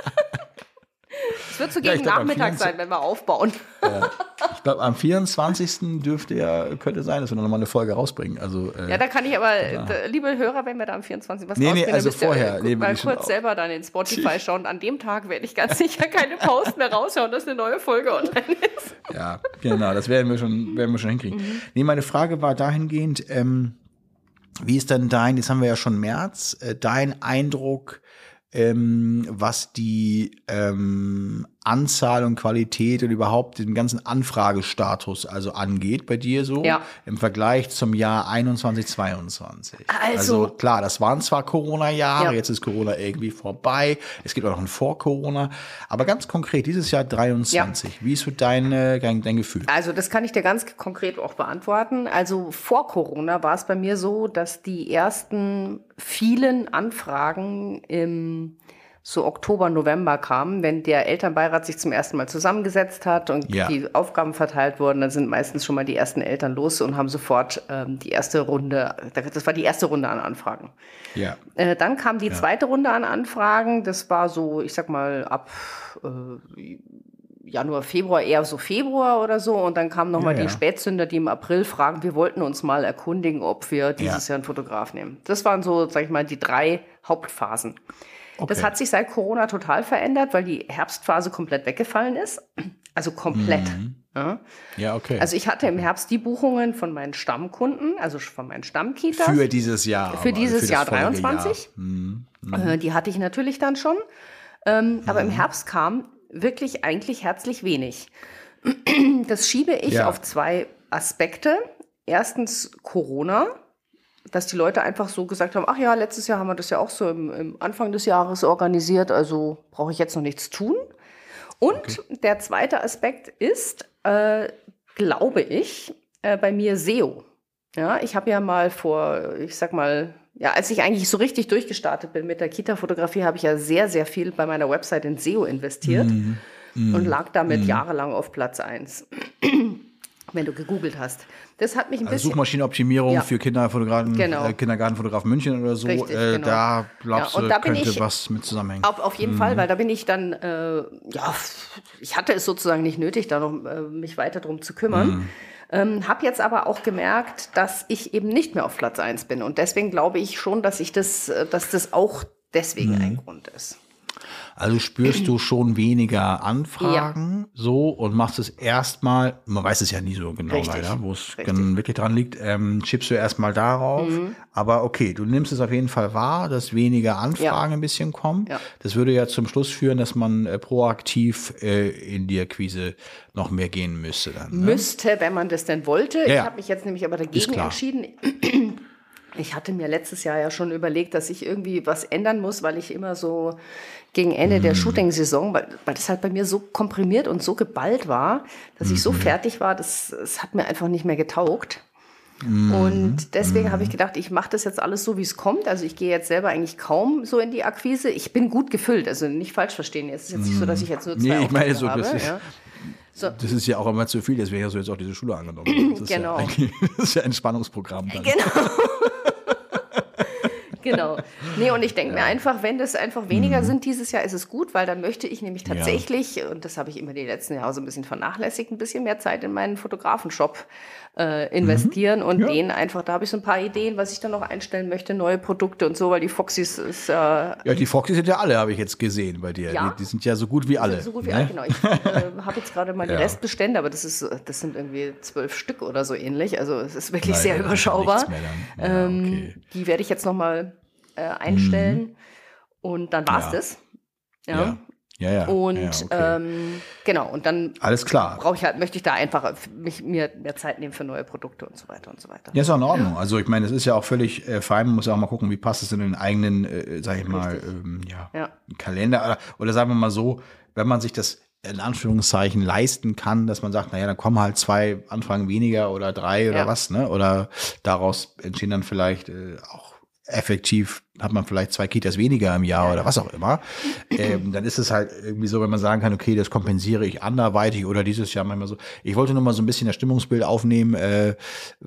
Es wird so gegen ja, glaub, Nachmittag sein, wenn wir aufbauen. Ja. Ich glaube, am vierundzwanzigsten dürfte ja, könnte sein, dass wir noch mal eine Folge rausbringen. Also, äh, ja, da kann ich aber, da, liebe Hörer, wenn wir da am vierundzwanzigsten was nee, rausbringen, nee, also dann vorher, ihr, nee, mal kurz auch. selber dann in Spotify schauen. An dem Tag werde ich ganz sicher keine Post mehr raushauen, dass eine neue Folge online ist. Ja, genau, das werden wir schon, werden wir schon hinkriegen. Mhm. Nee, meine Frage war dahingehend, ähm, wie ist denn dein, jetzt haben wir ja schon März, äh, dein Eindruck, ähm, was die ähm, Anzahl und Qualität und überhaupt den ganzen Anfragestatus also angeht bei dir so ja. im Vergleich zum Jahr einundzwanzig, zweiundzwanzig. Also, also klar, das waren zwar Corona-Jahre, ja. jetzt ist Corona irgendwie vorbei, es gibt auch noch ein Vor-Corona, aber ganz konkret, dieses Jahr dreiundzwanzig, ja. wie ist so deine, dein, dein Gefühl? Also das kann ich dir ganz konkret auch beantworten. Also vor Corona war es bei mir so, dass die ersten vielen Anfragen im so Oktober, November kamen, wenn der Elternbeirat sich zum ersten Mal zusammengesetzt hat und ja. die Aufgaben verteilt wurden, dann sind meistens schon mal die ersten Eltern los und haben sofort ähm, die erste Runde, das war die erste Runde an Anfragen. Ja. Äh, dann kam die ja. zweite Runde an Anfragen, das war so, ich sag mal, ab äh, Januar, Februar, eher so Februar oder so. Und dann kamen nochmal ja, ja. die Spätzünder, die im April fragen, wir wollten uns mal erkundigen, ob wir dieses ja. Jahr einen Fotograf nehmen. Das waren so, sag ich mal, die drei Hauptphasen. Okay. Das hat sich seit Corona total verändert, weil die Herbstphase komplett weggefallen ist. Also komplett. Mhm. Ja. ja, okay. Also ich hatte im Herbst die Buchungen von meinen Stammkunden, also von meinen Stammkitas. Für dieses Jahr. Für dieses für Jahr dreiundzwanzig. Jahr. Mhm. Mhm. Äh, die hatte ich natürlich dann schon. Ähm, mhm. Aber im Herbst kam wirklich eigentlich herzlich wenig. Das schiebe ich ja. auf zwei Aspekte. Erstens Corona, dass die Leute einfach so gesagt haben, ach ja, letztes Jahr haben wir das ja auch so im, im Anfang des Jahres organisiert, also brauche ich jetzt noch nichts tun. Und okay. der zweite Aspekt ist, äh, glaube ich, äh, bei mir S E O. Ja, ich habe ja mal vor, ich sag mal, ja, als ich eigentlich so richtig durchgestartet bin mit der Kita-Fotografie, habe ich ja sehr, sehr viel bei meiner Website in S E O investiert mm, mm, und lag damit mm. jahrelang auf Platz eins. wenn du gegoogelt hast. Das hat mich ein also bisschen... Suchmaschinenoptimierung ja. für Kinderfotografen, genau. äh, Kindergartenfotografen München oder so. Richtig, äh, genau. Da glaubst ja, du, da könnte ich, was mit zusammenhängen. Auf, auf jeden mhm. Fall, weil da bin ich dann, äh, ja, ich hatte es sozusagen nicht nötig, da noch äh, mich weiter drum zu kümmern. Mhm. Ähm, habe jetzt aber auch gemerkt, dass ich eben nicht mehr auf Platz eins bin. Und deswegen glaube ich schon, dass ich das, dass das auch deswegen mhm. ein Grund ist. Also spürst du schon weniger Anfragen ja. so und machst es erstmal, man weiß es ja nie so genau Richtig. leider, wo es dann wirklich dran liegt, ähm, schiebst du erstmal darauf. Mhm. Aber okay, du nimmst es auf jeden Fall wahr, dass weniger Anfragen ja. ein bisschen kommen. Ja. Das würde ja zum Schluss führen, dass man äh, proaktiv äh, in die Akquise noch mehr gehen müsste dann. Ne? Müsste, wenn man das denn wollte. Ja. Ich habe mich jetzt nämlich aber dagegen entschieden. Ich hatte mir letztes Jahr ja schon überlegt, dass ich irgendwie was ändern muss, weil ich immer so gegen Ende mm. der Shooting-Saison, weil, weil das halt bei mir so komprimiert und so geballt war, dass mm. ich so fertig war, das, das hat mir einfach nicht mehr getaugt. Mm. Und deswegen mm. habe ich gedacht, ich mache das jetzt alles so, wie es kommt. Also ich gehe jetzt selber eigentlich kaum so in die Akquise. Ich bin gut gefüllt, also nicht falsch verstehen. Es ist jetzt nicht so, dass ich jetzt nur zwei nee, ich meine so, habe. Das ist, ja. So. Das ist ja auch immer zu viel, deswegen hast du jetzt auch diese Schule angenommen. Das genau. Ist ja das ist ja ein Spannungsprogramm dann. Genau. Genau. Nee, und ich denke ja. mir einfach, wenn das einfach weniger mhm. sind dieses Jahr, ist es gut, weil dann möchte ich nämlich tatsächlich, ja. und das habe ich immer die letzten Jahre so ein bisschen vernachlässigt, ein bisschen mehr Zeit in meinen Fotografenshop äh, investieren mhm. und ja. den einfach, da habe ich so ein paar Ideen, was ich dann noch einstellen möchte, neue Produkte und so, weil die Foxys ist... Äh, ja, die Foxys sind ja alle, habe ich jetzt gesehen bei dir. Ja. Die, die sind ja so gut wie alle. So gut wie ne? alle, genau. Ich äh, habe jetzt gerade mal die ja. Restbestände, aber das ist, das sind irgendwie zwölf Stück oder so ähnlich. Also es ist wirklich Nein, sehr überschaubar. Ja, ähm, okay. Die werde ich jetzt noch mal Äh, einstellen mhm. und dann war's ja. das. Ja. ja. Ja, ja. Und ja, okay. ähm, genau, und dann alles klar. Brauche ich halt, möchte ich da einfach mich, mir mehr Zeit nehmen für neue Produkte und so weiter und so weiter. Ja, ist auch in Ordnung. Also ich meine, es ist ja auch völlig äh, fein, man muss ja auch mal gucken, wie passt es in den eigenen, äh, sag ich mal, ähm, ja, ja. Kalender oder, oder sagen wir mal so, wenn man sich das in Anführungszeichen leisten kann, dass man sagt, naja, dann kommen halt zwei Anfragen weniger oder drei oder ja. was, ne? Oder daraus entstehen dann vielleicht äh, auch effektiv hat man vielleicht zwei Kitas weniger im Jahr oder was auch immer, ähm, dann ist es halt irgendwie so, wenn man sagen kann, okay, das kompensiere ich anderweitig oder dieses Jahr manchmal so. Ich wollte nur mal so ein bisschen das Stimmungsbild aufnehmen, äh,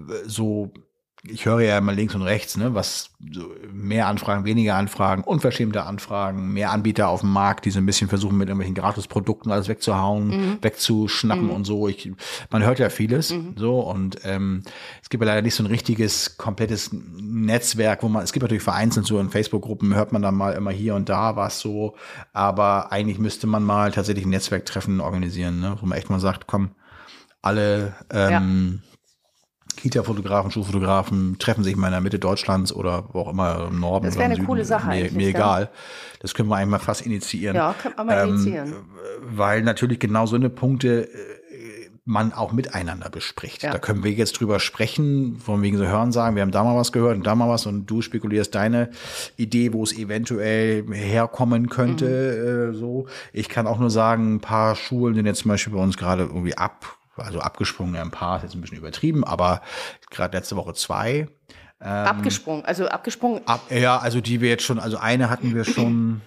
so ich höre ja immer links und rechts, ne, was so mehr Anfragen, weniger Anfragen, unverschämte Anfragen, mehr Anbieter auf dem Markt, die so ein bisschen versuchen, mit irgendwelchen Gratisprodukten alles wegzuhauen, mhm. wegzuschnappen mhm. und so. Ich, man hört ja vieles, mhm. so und ähm, es gibt ja leider nicht so ein richtiges, komplettes Netzwerk, wo man, es gibt natürlich vereinzelt so in Facebook-Gruppen, hört man dann mal immer hier und da was so, aber eigentlich müsste man mal tatsächlich ein Netzwerktreffen organisieren, ne, wo man echt mal sagt, komm, alle ähm, ja. Kita-Fotografen, Schulfotografen treffen sich mal in der Mitte Deutschlands oder wo auch immer im Norden. Das wäre eine Süden, coole Sache mir, eigentlich. Mir egal. Das können wir eigentlich mal fast initiieren. Ja, könnte man mal initiieren. Ähm, weil natürlich genau so eine Punkte äh, man auch miteinander bespricht. Ja. Da können wir jetzt drüber sprechen, von wegen so hören sagen, wir haben da mal was gehört und da mal was und du spekulierst deine Idee, wo es eventuell herkommen könnte. Mhm. Äh, so. Ich kann auch nur sagen, ein paar Schulen sind jetzt zum Beispiel bei uns gerade irgendwie ab also abgesprungen, ein paar ist jetzt ein bisschen übertrieben, aber gerade letzte Woche zwei. Ähm, abgesprungen, also abgesprungen. Ab, ja, also die wir jetzt schon, also eine hatten wir schon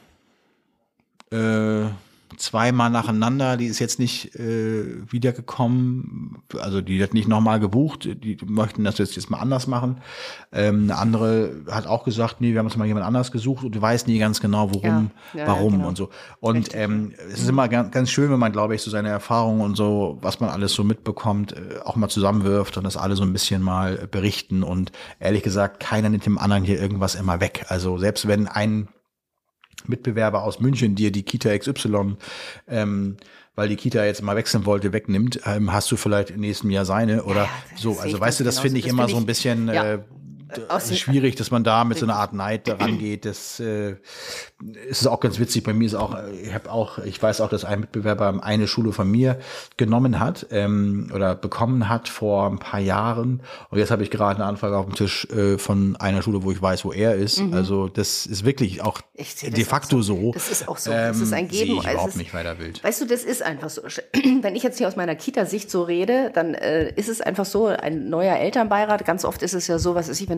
äh, zweimal nacheinander, die ist jetzt nicht äh, wiedergekommen, also die hat nicht nochmal gebucht, die möchten das jetzt, jetzt mal anders machen. Ähm, eine andere hat auch gesagt, nee, wir haben uns mal jemand anders gesucht und du weißt nie ganz genau, worum, ja, ja, warum genau. und so. Und Richtig, ähm, ja. es ist immer ganz, ganz schön, wenn man, glaube ich, so seine Erfahrungen und so, was man alles so mitbekommt, äh, auch mal zusammenwirft und das alle so ein bisschen mal berichten und ehrlich gesagt, keiner nimmt dem anderen hier irgendwas immer weg. Also selbst wenn ein Mitbewerber aus München dir die Kita X Y, ähm, weil die Kita jetzt mal wechseln wollte, wegnimmt, ähm, hast du vielleicht im nächsten Jahr seine oder ja, so. Also weißt du, das finde ich immer so ein bisschen ja. äh, das ist schwierig, dass man da mit so einer Art Neid daran geht. Das äh, ist auch ganz witzig. Bei mir ist auch, ich habe auch, ich weiß auch, dass ein Mitbewerber eine Schule von mir genommen hat ähm, oder bekommen hat vor ein paar Jahren. Und jetzt habe ich gerade eine Anfrage auf dem Tisch äh, von einer Schule, wo ich weiß, wo er ist. Mhm. Also das ist wirklich auch de facto so. so. Das ist auch so. Das ist ein Geben. Sehe ich also überhaupt ist, nicht weiter wild. Weißt du, das ist einfach so. Wenn ich jetzt hier aus meiner Kita-Sicht so rede, dann äh, ist es einfach so, ein neuer Elternbeirat, ganz oft ist es ja so, was ist ich, wenn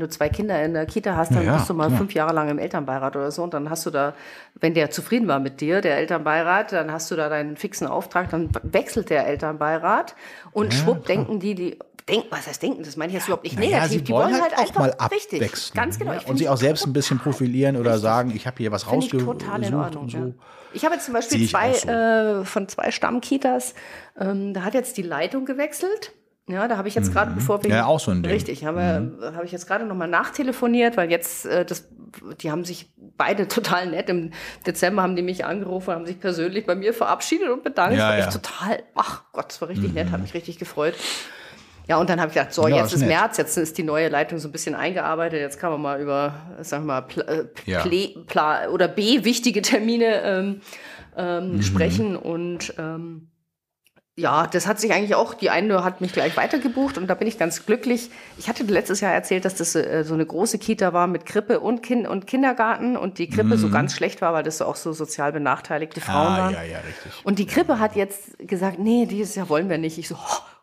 du zwei Kinder in der Kita hast, dann ja, bist du mal klar. fünf Jahre lang im Elternbeirat oder so und dann hast du da, wenn der zufrieden war mit dir, der Elternbeirat, dann hast du da deinen fixen Auftrag, dann wechselt der Elternbeirat und Ja, schwupp klar. denken die, die Denk, was heißt denken? Das meine ich jetzt überhaupt nicht Naja, negativ. sie Die wollen halt auch einfach mal richtig. abwechseln. Ganz genau. Ja, Ich und sich finde auch selbst ein bisschen profilieren oder sagen, ich habe hier was Finde ich rausgesucht total in Ordnung. und so. Ja. Ich habe jetzt zum Beispiel Sehe ich zwei auch so. äh, von zwei Stammkitas, ähm, da hat jetzt die Leitung gewechselt. Ja, da habe ich jetzt gerade, bevor wir. Ja, auch so ein Ding. Richtig, habe, mhm. habe ich jetzt gerade nochmal nachtelefoniert, weil jetzt, äh, das, die haben sich beide total nett. Im Dezember haben die mich angerufen, haben sich persönlich bei mir verabschiedet und bedankt. Ja, das war ja. echt total, ach Gott, das war richtig mhm. nett, hat mich richtig gefreut. Ja, und dann habe ich gedacht, so, Ja, jetzt ist ist nett. März, jetzt ist die neue Leitung so ein bisschen eingearbeitet, jetzt kann man mal über, sagen wir mal, Pla, äh, Ja. Ple, Pla, oder B, wichtige Termine ähm, ähm, Mhm. sprechen und ähm, ja, das hat sich eigentlich auch, die eine hat mich gleich weitergebucht und da bin ich ganz glücklich. Ich hatte letztes Jahr erzählt, dass das äh, so eine große Kita war mit Krippe und, kind und Kindergarten und die Krippe so ganz schlecht war, weil das so auch so sozial benachteiligte Frauen Ah, waren. ja, ja, richtig. Und die Krippe hat jetzt gesagt, nee, dieses Jahr wollen wir nicht. Ich so,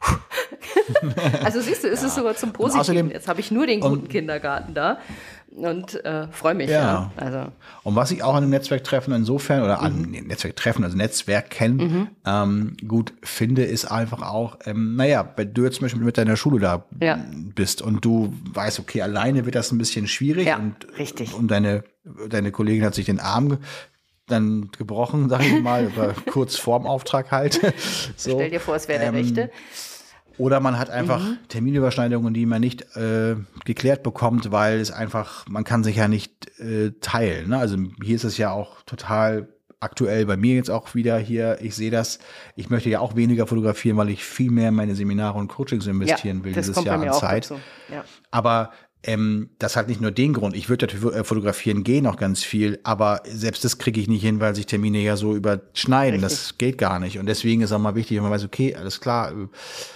also siehst du, ist es sogar zum Positiven. außerdem- Jetzt habe ich nur den guten Kindergarten da und äh, freue mich. Ja. Ja. Also, Und was ich auch an einem Netzwerktreffen insofern, oder an nee, Netzwerktreffen, also Netzwerken ähm, gut finde, ist einfach auch, ähm, naja, wenn du jetzt zum Beispiel mit deiner Schule da Ja. bist und du weißt, okay, alleine wird das ein bisschen schwierig Ja, und, richtig. und deine, deine Kollegin hat sich den Arm ge dann gebrochen, sag ich mal, aber kurz vorm Auftrag halt. So. stell dir vor, es wäre der Ähm, Rechte. Oder man hat einfach Mhm. Terminüberschneidungen, die man nicht äh, geklärt bekommt, weil es einfach, man kann sich ja nicht äh, teilen. Ne? Also hier ist es ja auch total aktuell bei mir jetzt auch wieder hier. Ich sehe das, ich möchte ja auch weniger fotografieren, weil ich viel mehr in meine Seminare und Coachings investieren Ja, will das dieses kommt bei Jahr mir an auch Zeit. dazu. Ja. Aber ähm, das hat nicht nur den Grund. Ich würde natürlich äh, fotografieren gehen noch ganz viel, aber selbst das kriege ich nicht hin, weil sich Termine ja so überschneiden. Richtig. Das geht gar nicht. Und deswegen ist auch mal wichtig, wenn man weiß, okay, alles klar, äh,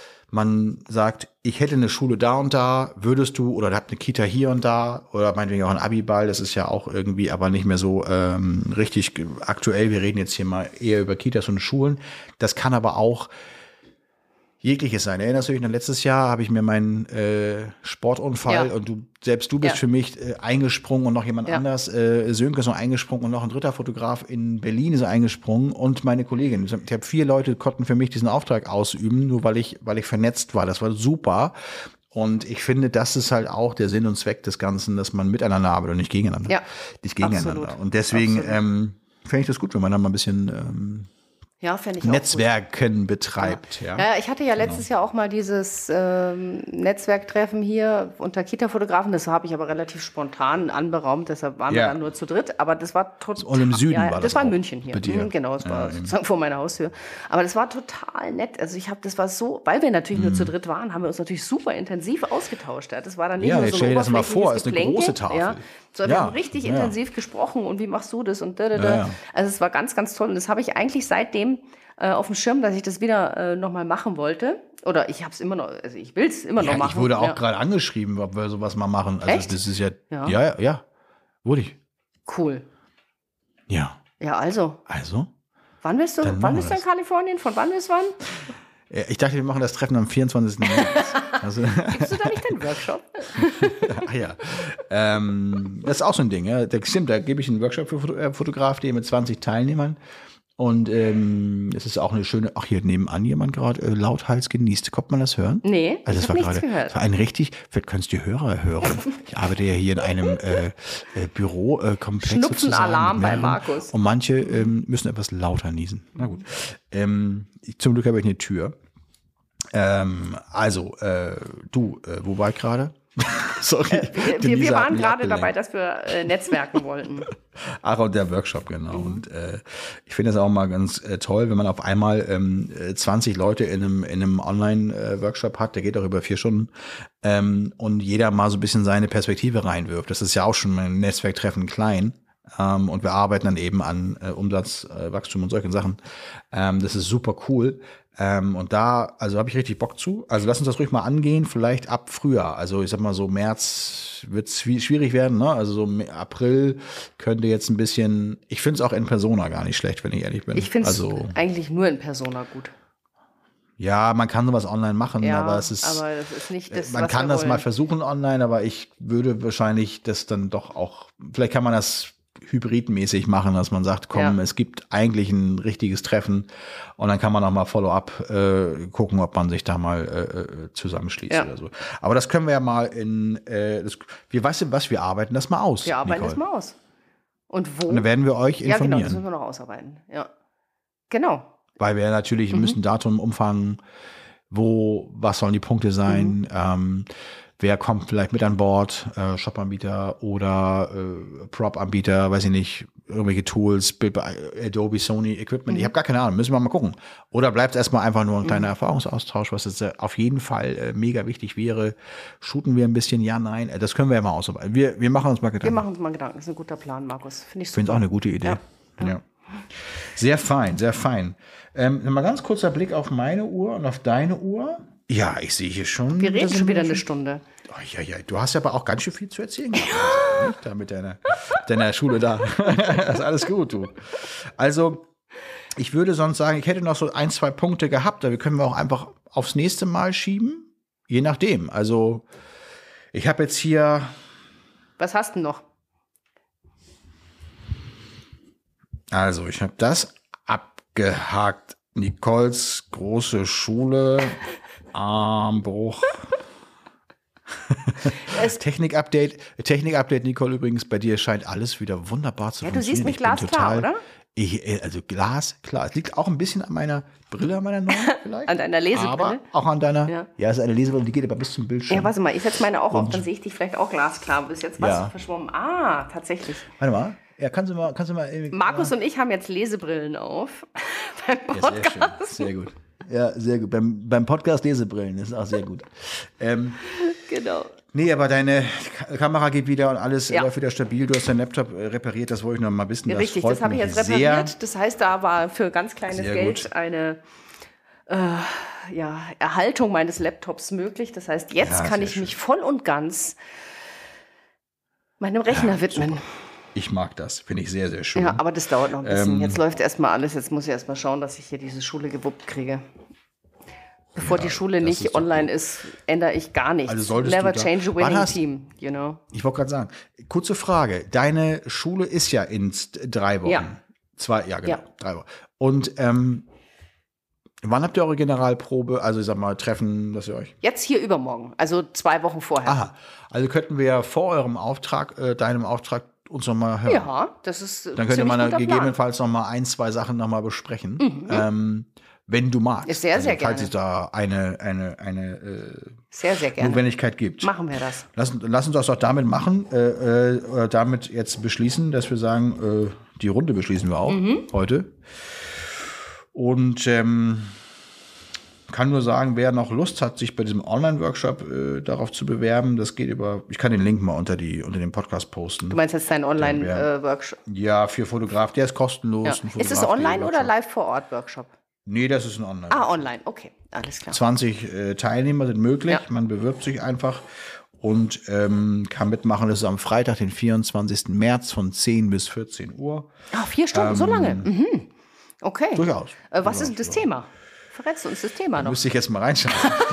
man sagt, ich hätte eine Schule da und da, würdest du, oder habt eine Kita hier und da, oder meinetwegen auch ein Abiball, das ist ja auch irgendwie aber nicht mehr so ähm, richtig aktuell. Wir reden jetzt hier mal eher über Kitas und Schulen. Das kann aber auch jegliches sein. Erinnerst du dich, noch letztes Jahr habe ich mir meinen äh, Sportunfall Ja. und du, selbst du bist Ja. für mich äh, eingesprungen und noch jemand Ja. anders, äh, Sönke ist noch eingesprungen und noch ein dritter Fotograf in Berlin ist eingesprungen und meine Kollegin. Ich habe vier Leute, konnten für mich diesen Auftrag ausüben, nur weil ich, weil ich vernetzt war. Das war super. Und ich finde, das ist halt auch der Sinn und Zweck des Ganzen, dass man miteinander arbeitet und nicht gegeneinander. Ja, nicht gegeneinander. absolut. Und deswegen Absolut. ähm, fände ich das gut, wenn man da mal ein bisschen ähm, Ja, fände ich auch gut. Netzwerken betreibt. Ja. Ja, ich hatte ja letztes Jahr auch mal dieses ähm, Netzwerktreffen hier unter Kita-Fotografen. Das habe ich aber relativ spontan anberaumt, deshalb waren wir Ja. dann nur zu dritt. Aber das war total. Und im Süden ja, war das das war in auch München hier. bei dir. Mhm, genau, das war Ja, sozusagen vor meiner Haustür. Aber das war total nett. Also ich habe, das war so, weil wir natürlich Mhm. nur zu dritt waren, haben wir uns natürlich super intensiv ausgetauscht. Ja. Das war dann nicht Ja, nur jetzt so stell ein dir das mal vor, oberflächliches ist eine Geplänke, große Tafel. Ja, sondern wir Ja, haben richtig ja. intensiv gesprochen und wie machst du das und da, da, da. Ja, ja. Also es war ganz, ganz toll. Und das habe ich eigentlich seitdem äh, auf dem Schirm, dass ich das wieder äh, nochmal machen wollte. Oder ich habe es immer noch, also ich will es immer noch Ja, machen. ich wurde auch ja. gerade angeschrieben, ob wir sowas mal machen. Also Echt? das ist ja, Ja. ja, ja, ja, wurde ich. Cool. Ja, Ja, also, also. wann bist du, Dann wann machen bist du wir in Kalifornien? Von wann bis wann? Äh, Ich dachte, wir machen das Treffen am vierundzwanzigsten März. Also, Gibst du da nicht den Workshop? ach ja. Ähm, das ist auch so ein Ding, ja. Da, stimmt, da gebe ich einen Workshop für Foto, äh, Fotograf.de mit zwanzig Teilnehmern. Und ähm, es ist auch eine schöne, ach hier nebenan jemand gerade äh, lauthals genießt. Kommt man das hören? Nee, Also das ich war habe nichts gerade, gehört. das war ein richtig, vielleicht kannst du die Hörer hören. Ich arbeite ja hier in einem äh, äh, Bürokomplex. Äh, Schnupfenalarm bei mehreren. Markus. Und manche ähm, müssen etwas lauter niesen. Na gut. Ähm, ich, zum Glück habe ich eine Tür. Ähm, also, äh, du, äh, wo war ich gerade? Sorry. Wir, wir, Denise wir hat waren mich gerade abgelenkt. dabei, dass wir äh, netzwerken wollten. Ach, und der Workshop, genau. Und äh, ich finde das auch mal ganz äh, toll, wenn man auf einmal ähm, äh, zwanzig Leute in einem, in einem Online-Workshop hat, der geht auch über vier Stunden, ähm, und jeder mal so ein bisschen seine Perspektive reinwirft. Das ist ja auch schon ein Netzwerktreffen klein. Ähm, und wir arbeiten dann eben an äh, Umsatz, äh, Wachstum und solchen Sachen. Ähm, das ist super cool. Ähm, und da, also habe ich richtig Bock zu. Also lass uns das ruhig mal angehen, vielleicht ab Frühjahr. Also ich sag mal so März wird es schwierig werden, ne? Also so Me- April könnte jetzt ein bisschen, ich finde es auch in Persona gar nicht schlecht, wenn ich ehrlich bin. Ich finde es also, eigentlich nur in Persona gut. Ja, man kann sowas online machen, Ja, aber es ist, aber das ist nicht das, man was kann wir das mal wollen. versuchen online, aber ich würde wahrscheinlich das dann doch auch, vielleicht kann man das hybridmäßig machen, dass man sagt, komm, Ja. es gibt eigentlich ein richtiges Treffen und dann kann man auch mal Follow-up äh, gucken, ob man sich da mal äh, zusammenschließt Ja. oder so. Aber das können wir ja mal in, äh, das, wir weißt du was, wir arbeiten das mal aus. Wir arbeiten Nicole. das mal aus. Und wo? Und dann werden wir euch ja, genau, informieren. das müssen wir noch ausarbeiten. Ja. Genau. Weil wir natürlich Mhm. müssen Datum, Umfang, wo, was sollen die Punkte sein, Mhm. ähm, wer kommt vielleicht mit an Bord, äh, Shop-Anbieter oder äh, Prop-Anbieter, weiß ich nicht, irgendwelche Tools, Bild- Adobe, Sony, Equipment, Mhm. ich habe gar keine Ahnung, müssen wir mal gucken. Oder bleibt es erstmal einfach nur ein kleiner Erfahrungsaustausch, was jetzt äh, auf jeden Fall äh, mega wichtig wäre. Shooten wir ein bisschen, ja, nein, äh, das können wir ja mal ausarbeiten. Wir, wir machen uns mal Wir Gedanken. machen uns mal Gedanken. Das ist ein guter Plan, Markus. Finde ich Ich finde es super. auch eine gute Idee. Ja. Ja. Sehr fein, sehr fein. Ähm, mal ganz kurzer Blick auf meine Uhr und auf deine Uhr. Ja, ich sehe hier schon. Wir reden da sind schon wieder wir eine Stunde. Oh, ja, ja, du hast aber auch ganz schön viel zu erzählen. Ja. Nicht? Da mit deiner, deiner Schule da. Das ist alles gut, du. Also, ich würde sonst sagen, ich hätte noch so ein, zwei Punkte gehabt, aber wir können wir auch einfach aufs nächste Mal schieben. Je nachdem. Also, ich habe jetzt hier. Was hast du noch? Also, ich habe das abgehakt. Nicoles große Schule, Armbruch. Technik-Update, Technik-Update, Nicole, übrigens, bei dir scheint alles wieder wunderbar zu Ja, du siehst funktionieren. mich Ich bin glasklar, total- oder? Ich, äh, also glasklar. Es liegt auch ein bisschen an meiner Brille, an meiner neuen vielleicht. An deiner Lesebrille? Aber auch an deiner, ja, Ja. es ist eine Lesebrille, die geht aber bis zum Bildschirm. Ja, warte mal, ich setze meine auch auf, dann sehe ich dich vielleicht auch glasklar. Bis jetzt was Ja. verschwommen. Ah, tatsächlich. Warte mal. Ja, kannst du mal, kannst du mal. irgendwie- Markus und ich haben jetzt Lesebrillen auf beim Ja, sehr schön. Podcast. Sehr gut. Ja, sehr gut. Beim, beim Podcast Lesebrillen ist auch sehr gut. Ähm, Genau. Nee, aber deine Ka- Kamera geht wieder und alles Ja. läuft wieder stabil. Du hast deinen Laptop äh, repariert, das wollte ich noch mal wissen. Ja, Das richtig, freut das habe ich mich jetzt sehr. repariert. Das heißt, da war für ganz kleines Sehr Geld gut. eine äh, ja, Erhaltung meines Laptops möglich. Das heißt, jetzt Ja, kann sehr ich schön. mich voll und ganz meinem Rechner widmen. Super. Ich mag das, finde ich sehr, sehr schön. Ja, aber das dauert noch ein bisschen. Ähm, Jetzt läuft erstmal alles. Jetzt muss ich erstmal schauen, dass ich hier diese Schule gewuppt kriege. Bevor Ja, die Schule das nicht ist doch online ist, ändere ich gar nichts. Also solltest Never du da- change a Wann winning hast- team, you know. Ich wollte gerade sagen, kurze Frage. Deine Schule ist ja in z- drei Wochen. Ja. Zwei, ja, genau, Ja. drei Wochen. Und ähm, wann habt ihr eure Generalprobe? Also ich sag mal, Treffen, dass ihr euch. Jetzt hier übermorgen, also zwei Wochen vorher. Aha. Also könnten wir ja vor eurem Auftrag, äh, deinem Auftrag, uns noch mal hören. Ja, das ist Dann könnte ziemlich man da guter Plan. gegebenenfalls noch mal ein, zwei Sachen noch mal besprechen. Ähm, wenn du magst. Ist sehr, sehr Falls gerne. es da eine, eine, eine äh, Sehr, sehr gerne. Notwendigkeit gibt. Machen wir das. Lass, lass uns das doch damit machen, äh, äh, oder damit jetzt beschließen, dass wir sagen, äh, die Runde beschließen wir auch Mhm. heute. Und ähm, kann nur sagen, wer noch Lust hat, sich bei diesem Online-Workshop äh, darauf zu bewerben, das geht über, ich kann den Link mal unter, die, unter den Podcast posten. Du meinst jetzt dein Ja. Online-Workshop? Ja, für Fotograf, der ist kostenlos. Ja. ein Ist es Fotograf- online oder Workshop. live vor Ort Workshop? Nee, das ist ein Online. Ah, online, okay, alles klar. zwanzig äh, Teilnehmer sind möglich. Ja. Man bewirbt sich einfach und ähm, kann mitmachen. Das ist am Freitag, den vierundzwanzigsten März von zehn bis vierzehn Uhr. Ah, vier Stunden, so lange. Mhm. Okay. Ähm, Durchaus. Äh, was Durchaus, ist denn das ja. Thema? Verrätst du uns das Thema noch? Müsste ich jetzt mal reinschauen.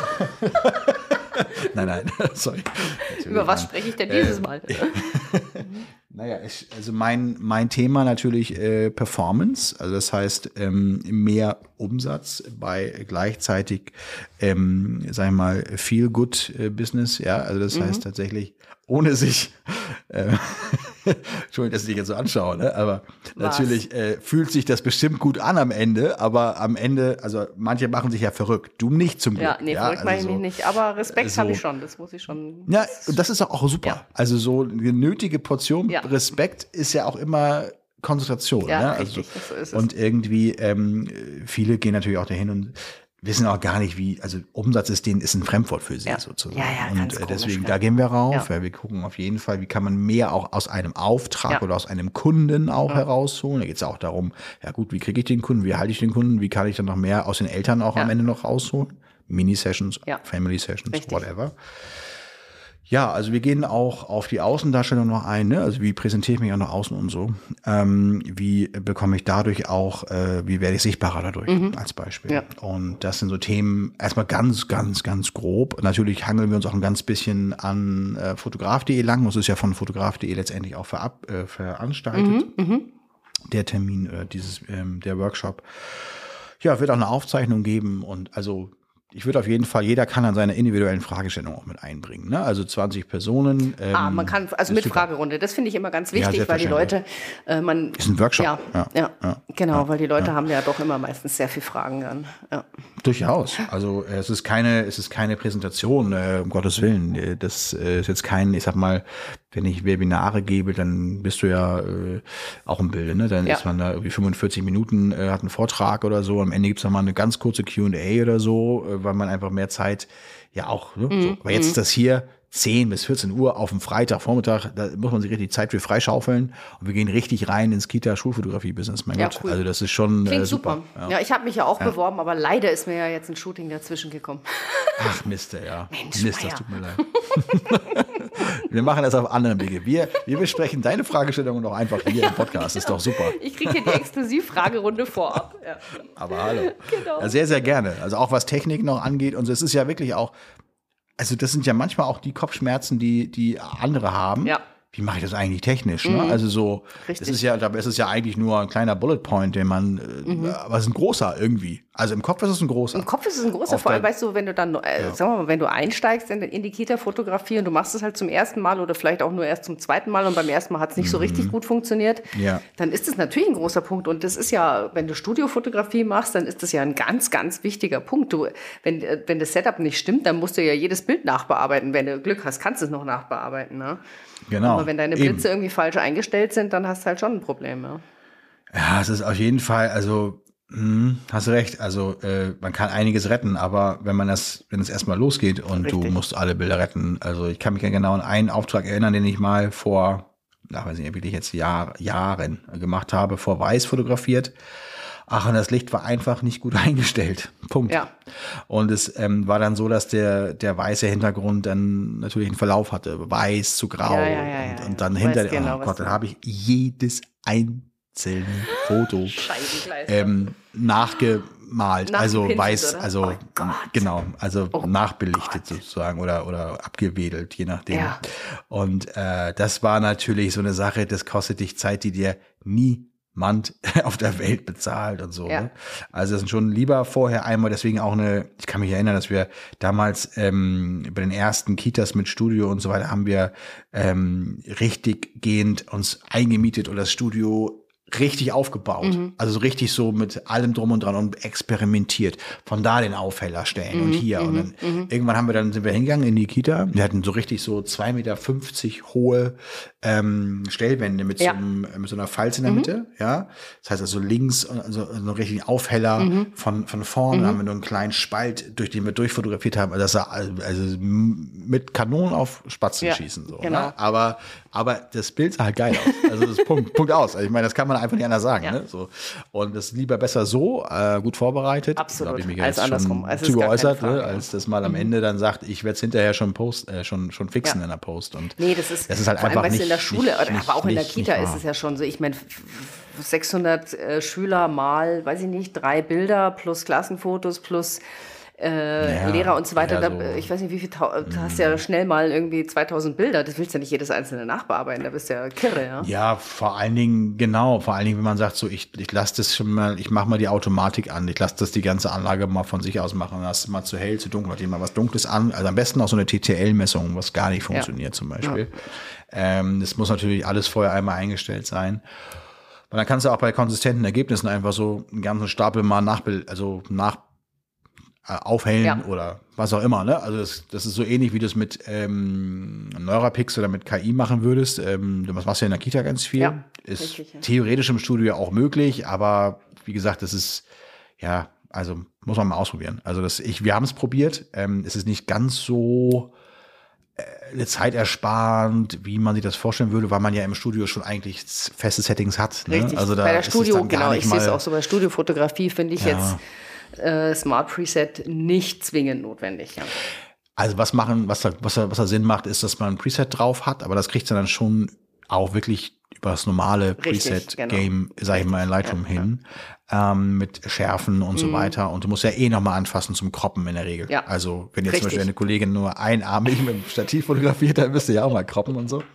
nein, nein, sorry. Über was spreche ich denn dieses Mal? Naja, ich, also mein, mein Thema natürlich äh, Performance, also das heißt ähm, mehr Umsatz bei gleichzeitig, ähm, sag ich mal, Feel Good äh, Business, ja, also das Mhm. heißt tatsächlich, ohne sich, äh, Entschuldigung, dass ich dich jetzt so anschaue, ne? aber Was? natürlich äh, fühlt sich das bestimmt gut an am Ende, aber am Ende, also manche machen sich ja verrückt, du nicht zum Glück. Ja, nee, verrückt mache ich also mich so- nicht. Aber Respekt so- habe ich schon, das muss ich schon. Ja, und das ist auch super. Ja. Also so eine nötige Portion Ja. Respekt ist ja auch immer Konzentration. Ja, ne? richtig, also, so ist es. Und irgendwie, ähm, viele gehen natürlich auch dahin und wissen auch gar nicht, wie, also Umsatz ist denen ist ein Fremdwort für sie Ja. sozusagen. Ja, ja, und ganz äh, komisch, deswegen, ja. da gehen wir rauf. Ja. Ja. Wir gucken auf jeden Fall, wie kann man mehr auch aus einem Auftrag Ja. oder aus einem Kunden auch herausholen. Da geht es auch darum, ja gut, wie kriege ich den Kunden, wie halte ich den Kunden, wie kann ich dann noch mehr aus den Eltern auch Ja. am Ende noch rausholen. Mini-Sessions, Ja. Family-Sessions, Richtig. whatever. Ja, also wir gehen auch auf die Außendarstellung noch ein, ne? Also wie präsentiere ich mich auch nach außen und so. Ähm, wie bekomme ich dadurch auch, äh, wie werde ich sichtbarer dadurch, mhm. als Beispiel. Ja. Und das sind so Themen, erstmal ganz, ganz, ganz grob. Natürlich hangeln wir uns auch ein ganz bisschen an äh, fotograf punkt de lang. Das ist ja von fotograf punkt de letztendlich auch verab, äh, veranstaltet. Mhm. Der Termin, äh, dieses, ähm, der Workshop. Ja, wird auch eine Aufzeichnung geben und also ich würde auf jeden Fall, jeder kann an seine individuellen Fragestellungen auch mit einbringen. Ne? Also zwanzig Personen. Ähm, ah, man kann, also mit super. Fragerunde, das finde ich immer ganz wichtig, ja, weil die Leute, äh, man. Ist ein Workshop. Ja, ja, ja, ja genau, ja, weil die Leute ja. haben ja doch immer meistens sehr viel Fragen dann. Ja. Durchaus. Also es ist keine, es ist keine Präsentation, äh, um Gottes Willen. Das äh, ist jetzt kein, ich sag mal, wenn ich Webinare gebe, dann bist du ja äh, auch im Bilde, ne? Dann ja. ist man da irgendwie fünfundvierzig Minuten, äh, hat einen Vortrag oder so. Am Ende gibt's noch mal eine ganz kurze Q und A oder so, äh, weil man einfach mehr Zeit ja auch. Ne? Mm, so. Aber jetzt mm. ist das hier zehn bis vierzehn Uhr auf dem Freitagvormittag, da muss man sich richtig Zeit für freischaufeln und wir gehen richtig rein ins Kita-Schulfotografie-Business. Mein ja, Gott, cool. Also das ist schon Klingt äh, super. super. Ja, ja ich habe mich ja auch ja. beworben, aber leider ist mir ja jetzt ein Shooting dazwischen gekommen. Ach Mist, ja. Mensch, Mist, das tut mir leid. Wir machen das auf anderen Wege. Wir, wir besprechen deine Fragestellungen doch einfach hier im Podcast. Das ist doch super. Ich kriege hier die Exklusivfragerunde vorab. Ja. Aber hallo. Genau. Ja, sehr, sehr gerne. Also auch was Technik noch angeht. Und es ist ja wirklich auch, also das sind ja manchmal auch die Kopfschmerzen, die, die andere haben. Ja. Wie mache ich das eigentlich technisch? Mhm. Ne? Also so, Richtig. das ist ja, dabei ist es ja eigentlich nur ein kleiner Bullet Point, den man, mhm. aber es ist ein großer irgendwie. Also im Kopf ist es ein großer. Im Kopf ist es ein großer, Auf vor allem, weißt du, wenn du dann, äh, ja. sagen wir mal, wenn du einsteigst in, in die Kita-Fotografie und du machst es halt zum ersten Mal oder vielleicht auch nur erst zum zweiten Mal und beim ersten Mal hat es nicht mhm. so richtig gut funktioniert, ja. dann ist es natürlich ein großer Punkt. Und das ist ja, wenn du Studiofotografie machst, dann ist das ja ein ganz, ganz wichtiger Punkt. Du, wenn, wenn das Setup nicht stimmt, dann musst du ja jedes Bild nachbearbeiten. Wenn du Glück hast, kannst du es noch nachbearbeiten, ne? Genau. Aber wenn deine Blitze Eben. irgendwie falsch eingestellt sind, dann hast du halt schon ein Problem. Ja, ja es ist auf jeden Fall, also hm, hast du recht, also äh, man kann einiges retten, aber wenn man das, wenn es erstmal losgeht und Richtig. du musst alle Bilder retten, also ich kann mich ja genau an einen Auftrag erinnern, den ich mal vor, ach weiß nicht, wirklich jetzt Jahr, Jahren gemacht habe, vor Weiß fotografiert. Ach, und das Licht war einfach nicht gut eingestellt. Punkt. Ja. Und es ähm, war dann so, dass der, der weiße Hintergrund dann natürlich einen Verlauf hatte. Weiß zu grau. Ja, ja, ja, und, und dann hinter, genau, oh Gott, dann habe ich jedes einzelne Foto ähm, nachgemalt. Also weiß, oder? also oh genau, also oh nachbelichtet Gott. sozusagen oder, oder abgewedelt, je nachdem. Ja. Und äh, das war natürlich so eine Sache, das kostet dich Zeit, die dir nie Mann auf der Welt bezahlt und so. Ja. Ne? Also das sind schon lieber vorher einmal, deswegen auch eine, ich kann mich erinnern, dass wir damals ähm, bei den ersten Kitas mit Studio und so weiter haben wir ähm, richtig gehend uns eingemietet und das Studio richtig aufgebaut. Mhm. Also so richtig so mit allem drum und dran und experimentiert. Von da den Aufheller stellen mhm. und hier. Mhm. Und dann mhm. irgendwann haben wir dann, sind wir hingegangen in die Kita. Wir hatten so richtig so zwei Meter fünfzig hohe ähm, Stellwände mit, ja. so einem, mit so einer Falz in der mhm. Mitte. Ja, das heißt also links also so einen richtigen Aufheller mhm. von, von vorne. Mhm. Dann haben wir nur einen kleinen Spalt, durch den wir durchfotografiert haben. Also das sah also mit Kanonen auf Spatzen ja. schießen. So, genau. Ne? Aber, aber das Bild sah halt geil aus. Also das ist Punkt, Punkt aus. Also ich meine, das kann man einfach nicht anders sagen. Ja. Ne? So. Und das ist lieber besser so, äh, gut vorbereitet. Absolut. Da habe ich mich als jetzt andersrum. schon zu geäußert, ne? Als das mal am mhm. Ende dann sagt, ich werde es hinterher schon post, äh, schon, schon fixen ja. in der Post. Und nee, das ist, das ist halt vor einfach allem, nicht, in der Schule, nicht, nicht, aber auch in der nicht, Kita nicht ist es ja schon so. Ich meine, sechshundert äh, Schüler mal, weiß ich nicht, drei Bilder plus Klassenfotos plus Äh, ja, Lehrer und so weiter, ja, so. Da, ich weiß nicht, wie viel, du hast ja schnell mal irgendwie zweitausend Bilder, das willst du ja nicht jedes einzelne nachbearbeiten, da bist du ja kirre, ja. Ja, vor allen Dingen, genau, vor allen Dingen, wenn man sagt, so, ich, ich lasse das schon mal, ich mache mal die Automatik an, ich lasse das die ganze Anlage mal von sich aus machen, lass mal zu hell, zu dunkel, mach mal was Dunkles an, also am besten auch so eine T T L-Messung, was gar nicht funktioniert ja. zum Beispiel. Ja. Ähm, das muss natürlich alles vorher einmal eingestellt sein. Und dann kannst du auch bei konsistenten Ergebnissen einfach so einen ganzen Stapel mal nachbild, also nach aufhellen ja. oder was auch immer, ne? Also das, das ist so ähnlich, wie du es mit ähm, Neurapix oder mit K I machen würdest. Ähm, das machst du ja in der Kita ganz viel. Ja, ist richtig, ja. theoretisch im Studio auch möglich, aber wie gesagt, das ist, ja, also muss man mal ausprobieren. Also das, ich, wir haben es probiert. Ähm, es ist nicht ganz so äh, eine Zeit ersparend, wie man sich das vorstellen würde, weil man ja im Studio schon eigentlich feste Settings hat. Ne? Richtig, also da bei der Studio, genau, ich sehe es auch so, bei Studiofotografie finde ich ja. jetzt Smart Preset nicht zwingend notwendig. Ja. Also was machen, was da, was da, was da Sinn macht, ist, dass man ein Preset drauf hat, aber das kriegt dann schon auch wirklich über das normale Preset-Game, genau. sag ich mal, in Lightroom ja, hin, ja. Ähm, mit Schärfen und mm. so weiter. Und du musst ja eh nochmal anfassen zum Kroppen in der Regel. Ja. Also wenn jetzt Richtig. zum Beispiel eine Kollegin nur einarmig mit dem Stativ fotografiert, dann müsst ihr ja auch mal kroppen und so,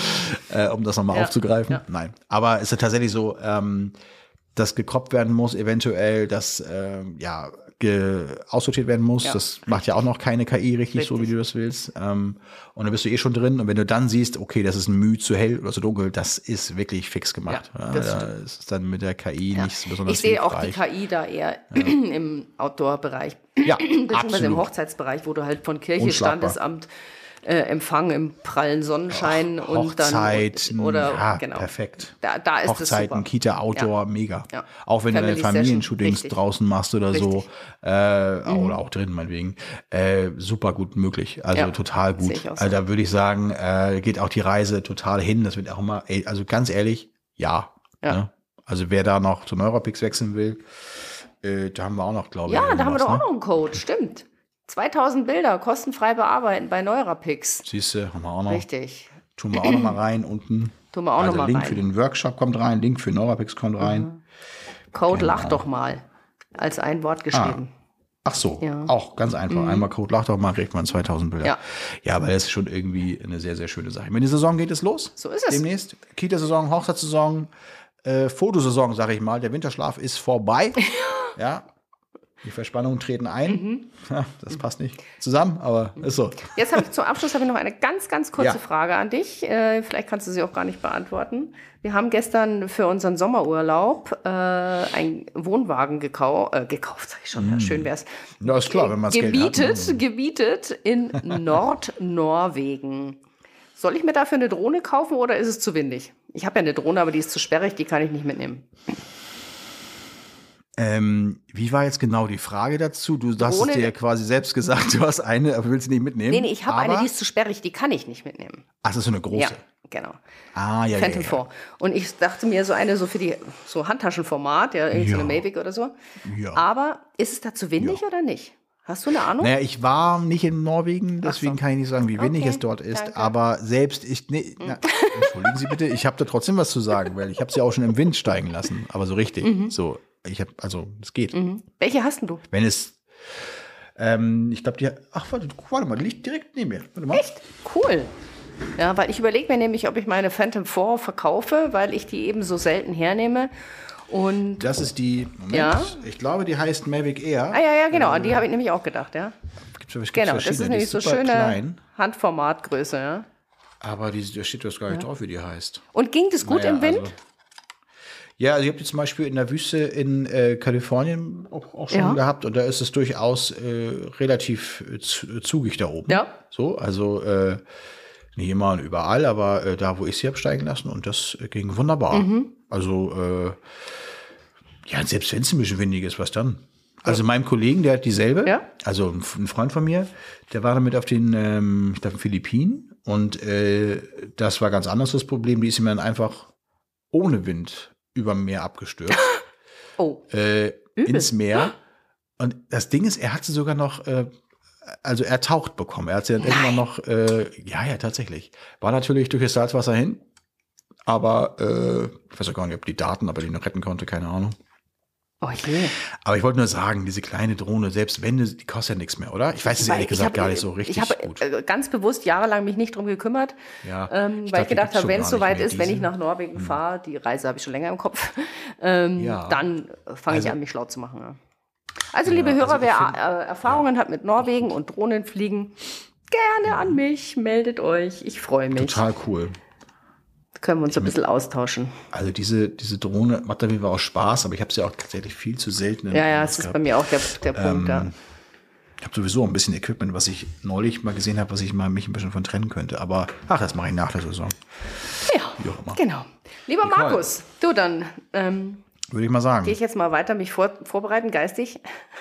äh, um das nochmal ja. aufzugreifen. Ja. Nein, aber es ist tatsächlich so, ähm, dass gekroppt werden muss, eventuell, dass ähm, ja ge- aussortiert werden muss. Ja. Das macht ja auch noch keine K I richtig, richtig. so wie du das willst. Ähm, und dann bist du eh schon drin. Und wenn du dann siehst, okay, das ist ein Mühe zu hell oder zu dunkel, das ist wirklich fix gemacht. Ja, ja, da ist es dann mit der K I ja. nicht besonders Ich sehe auch die K I da eher ja. im Outdoor-Bereich, ja, beziehungsweise absolut. im Hochzeitsbereich, wo du halt von Kirche, Standesamt, Äh, Empfang im prallen Sonnenschein Ach, und Hochzeiten, dann oder ja, genau. perfekt. Da, da ist Hochzeiten, Kita, Outdoor, ja. mega. Ja. Auch wenn Family du deine Familienshootings Richtig. draußen machst oder Richtig. so, äh, mhm. oder auch drin meinetwegen, äh, super gut möglich. Also ja. total gut. So. Also da würde ich sagen, äh, geht auch die Reise total hin. Das wird auch immer, ey, also ganz ehrlich, ja. ja. Ne? Also wer da noch zu Neuropix wechseln will, äh, da haben wir auch noch, glaube ich. Ja, da haben wir doch ne? auch noch einen Code, stimmt. zweitausend Bilder kostenfrei bearbeiten bei Neurapix. Siehst du, haben wir auch noch. Richtig. Tun wir auch noch mal rein unten. Tun wir auch also noch mal Link rein. für den Workshop kommt rein, Link für Neurapix kommt rein. Mhm. Code genau. Lach doch mal. Als ein Wort geschrieben. Ah. Ach so, ja. auch ganz einfach. Mhm. Einmal Code Lach doch mal, kriegt man zweitausend Bilder. Ja. ja, aber das ist schon irgendwie eine sehr, sehr schöne Sache. Wenn die Saison geht es los. So ist es. Demnächst. Kita-Saison, Hochzeitssaison, äh, Fotosaison, sage ich mal. Der Winterschlaf ist vorbei. ja. Die Verspannungen treten ein. Mhm. Ja, das passt nicht zusammen, aber ist so. Jetzt habe ich zum Abschluss habe ich noch eine ganz, ganz kurze ja. Frage an dich. Äh, vielleicht kannst du sie auch gar nicht beantworten. Wir haben gestern für unseren Sommerurlaub äh, einen Wohnwagen gekau äh, gekauft. Sag ich schon, mm. schön wär's. Ja, ist klar, wenn man es Gebietet, Geld hat. Gebietet in Nordnorwegen. Soll ich mir dafür eine Drohne kaufen oder ist es zu windig? Ich habe ja eine Drohne, aber die ist zu sperrig, die kann ich nicht mitnehmen. Ähm, wie war jetzt genau die Frage dazu? Du hast es dir ja quasi selbst gesagt, du hast eine, aber willst sie nicht mitnehmen. Nee, nee, ich habe eine, die ist zu sperrig, die kann ich nicht mitnehmen. Ach, das ist so eine große? Ja, genau. Ah, ja, Phantom ja, ja. vier. Und ich dachte mir so eine so für die, so Handtaschenformat, ja, irgendwie ja. so eine Mavic oder so. Ja. Aber ist es da zu windig ja. oder nicht? Hast du eine Ahnung? Naja, ich war nicht in Norwegen, deswegen so. kann ich nicht sagen, wie windig okay. es dort ist. Danke. Aber selbst ich, nee, na, entschuldigen Sie bitte, ich habe da trotzdem was zu sagen, weil ich habe sie auch schon im Wind steigen lassen, aber so richtig, mhm. so. Ich habe, also, es geht. Mhm. Welche hast denn du? Wenn es, ähm, ich glaube, die, ach, warte, warte mal, die liegt direkt neben mir. Warte mal. Echt? Cool. Ja, weil ich überlege mir nämlich, ob ich meine Phantom vier verkaufe, weil ich die eben so selten hernehme. Und das ist die, Moment, ja? ich glaube, die heißt Mavic Air. Ah, ja, ja, genau, an die habe ich nämlich auch gedacht, ja. Gibt's, gibt's genau, das ist nämlich so schöne klein. Handformatgröße, ja. Aber die, da steht das gar nicht ja. drauf, wie die heißt. Und ging das gut naja, im Wind? Also, ja, also ich habe die zum Beispiel in der Wüste in äh, Kalifornien auch, auch schon ja. gehabt und da ist es durchaus äh, relativ äh, zugig da oben. Ja. So, also äh, nicht immer und überall, aber äh, da, wo ich sie habe steigen lassen und das äh, ging wunderbar. Mhm. Also, äh, ja, selbst wenn es ein bisschen windig ist, was dann? Also meinem Kollegen, der hat dieselbe, ja. also ein, ein Freund von mir, der war damit auf den, ähm, ich glaube, Philippinen und äh, das war ganz anders das Problem, die ist ihm dann einfach ohne Wind über dem Meer abgestürzt. oh. Äh, ins Meer. Und das Ding ist, er hat sie sogar noch, äh, also er taucht bekommen. Er hat sie dann Nein. irgendwann noch, äh, ja, ja, tatsächlich. War natürlich durch das Salzwasser hin, aber äh, ich weiß auch gar nicht, ob die Daten, aber die noch retten konnte, keine Ahnung. Oh je. Aber ich wollte nur sagen, diese kleine Drohne, selbst wenn, die kostet ja nichts mehr, oder? Ich weiß es ehrlich gesagt hab, gar nicht so richtig ich gut. Ich habe ganz bewusst jahrelang mich nicht drum gekümmert, ja, ähm, ich weil glaub, ich gedacht habe, wenn es soweit ist, diese. wenn ich nach Norwegen hm. fahre, die Reise habe ich schon länger im Kopf, ähm, ja. dann fange also, ich an, mich schlau zu machen. Ja. Also, ja, liebe Hörer, also wer find, äh, Erfahrungen ja. hat mit Norwegen und Drohnenfliegen, gerne an mich, meldet euch. Ich freue mich. Total cool. Können wir uns ich ein bisschen mit, austauschen. Also diese, diese Drohne macht auf jeden Fall auch Spaß, aber ich habe sie auch tatsächlich viel zu selten. Ja, ja, das ist bei mir auch der, der Punkt. Ähm, ja. Ich habe sowieso ein bisschen Equipment, was ich neulich mal gesehen habe, was ich mal mich ein bisschen von trennen könnte. Aber ach, das mache ich nach der Saison. Ja, wie auch immer. Genau. Lieber Nicole. Markus, du dann ähm, würde ich mal sagen. Gehe ich jetzt mal weiter mich vor, vorbereiten, geistig.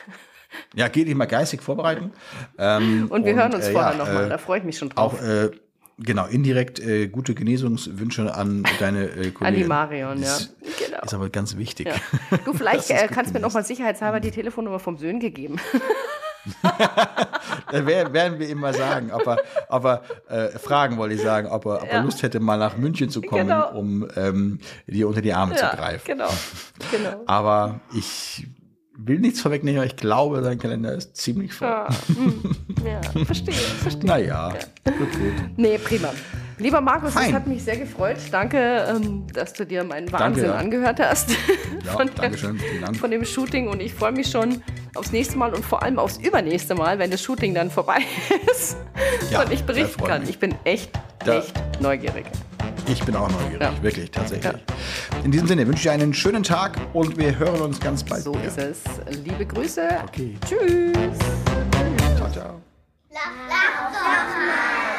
Ja, geh dich mal geistig vorbereiten. Ähm, und wir und, hören uns äh, vorher ja, nochmal, äh, da freue ich mich schon drauf. Auch äh, Genau, indirekt äh, gute Genesungswünsche an deine äh, Kollegin. An die Marion, ja. Das genau. ist aber ganz wichtig. Ja. Du, vielleicht äh, kannst du mir nochmal sicherheitshalber die Telefonnummer vom Söhn gegeben. Da werden wir ihm mal sagen, ob er, ob er äh, fragen wollte ich sagen, ob er, ob er Ja. Lust hätte, mal nach München zu kommen, Genau. um ähm, dir unter die Arme Ja, zu greifen. genau. genau. Aber ich will nichts vorwegnehmen, aber ich glaube, sein Kalender ist ziemlich voll. Ah, hm. Ja, verstehe, verstehe. Naja, gut, gut. Nee, prima. Lieber Markus, Fein. es hat mich sehr gefreut. Danke, ähm, dass du dir meinen Wahnsinn Danke, ja. angehört hast. Ja, von, der, danke schön, vielen Dank. von dem Shooting. Und ich freue mich schon aufs nächste Mal und vor allem aufs übernächste Mal, wenn das Shooting dann vorbei ist Ja, und ich das berichten freut kann. mich. Ich bin echt, Da- echt neugierig. Ich bin auch neugierig, Ja. wirklich, tatsächlich. Ja. In diesem Sinne wünsche ich einen schönen Tag und wir hören uns ganz bald So wieder. ist es. Liebe Grüße. Okay. Tschüss. Ciao, ciao. Lach, lach doch mal.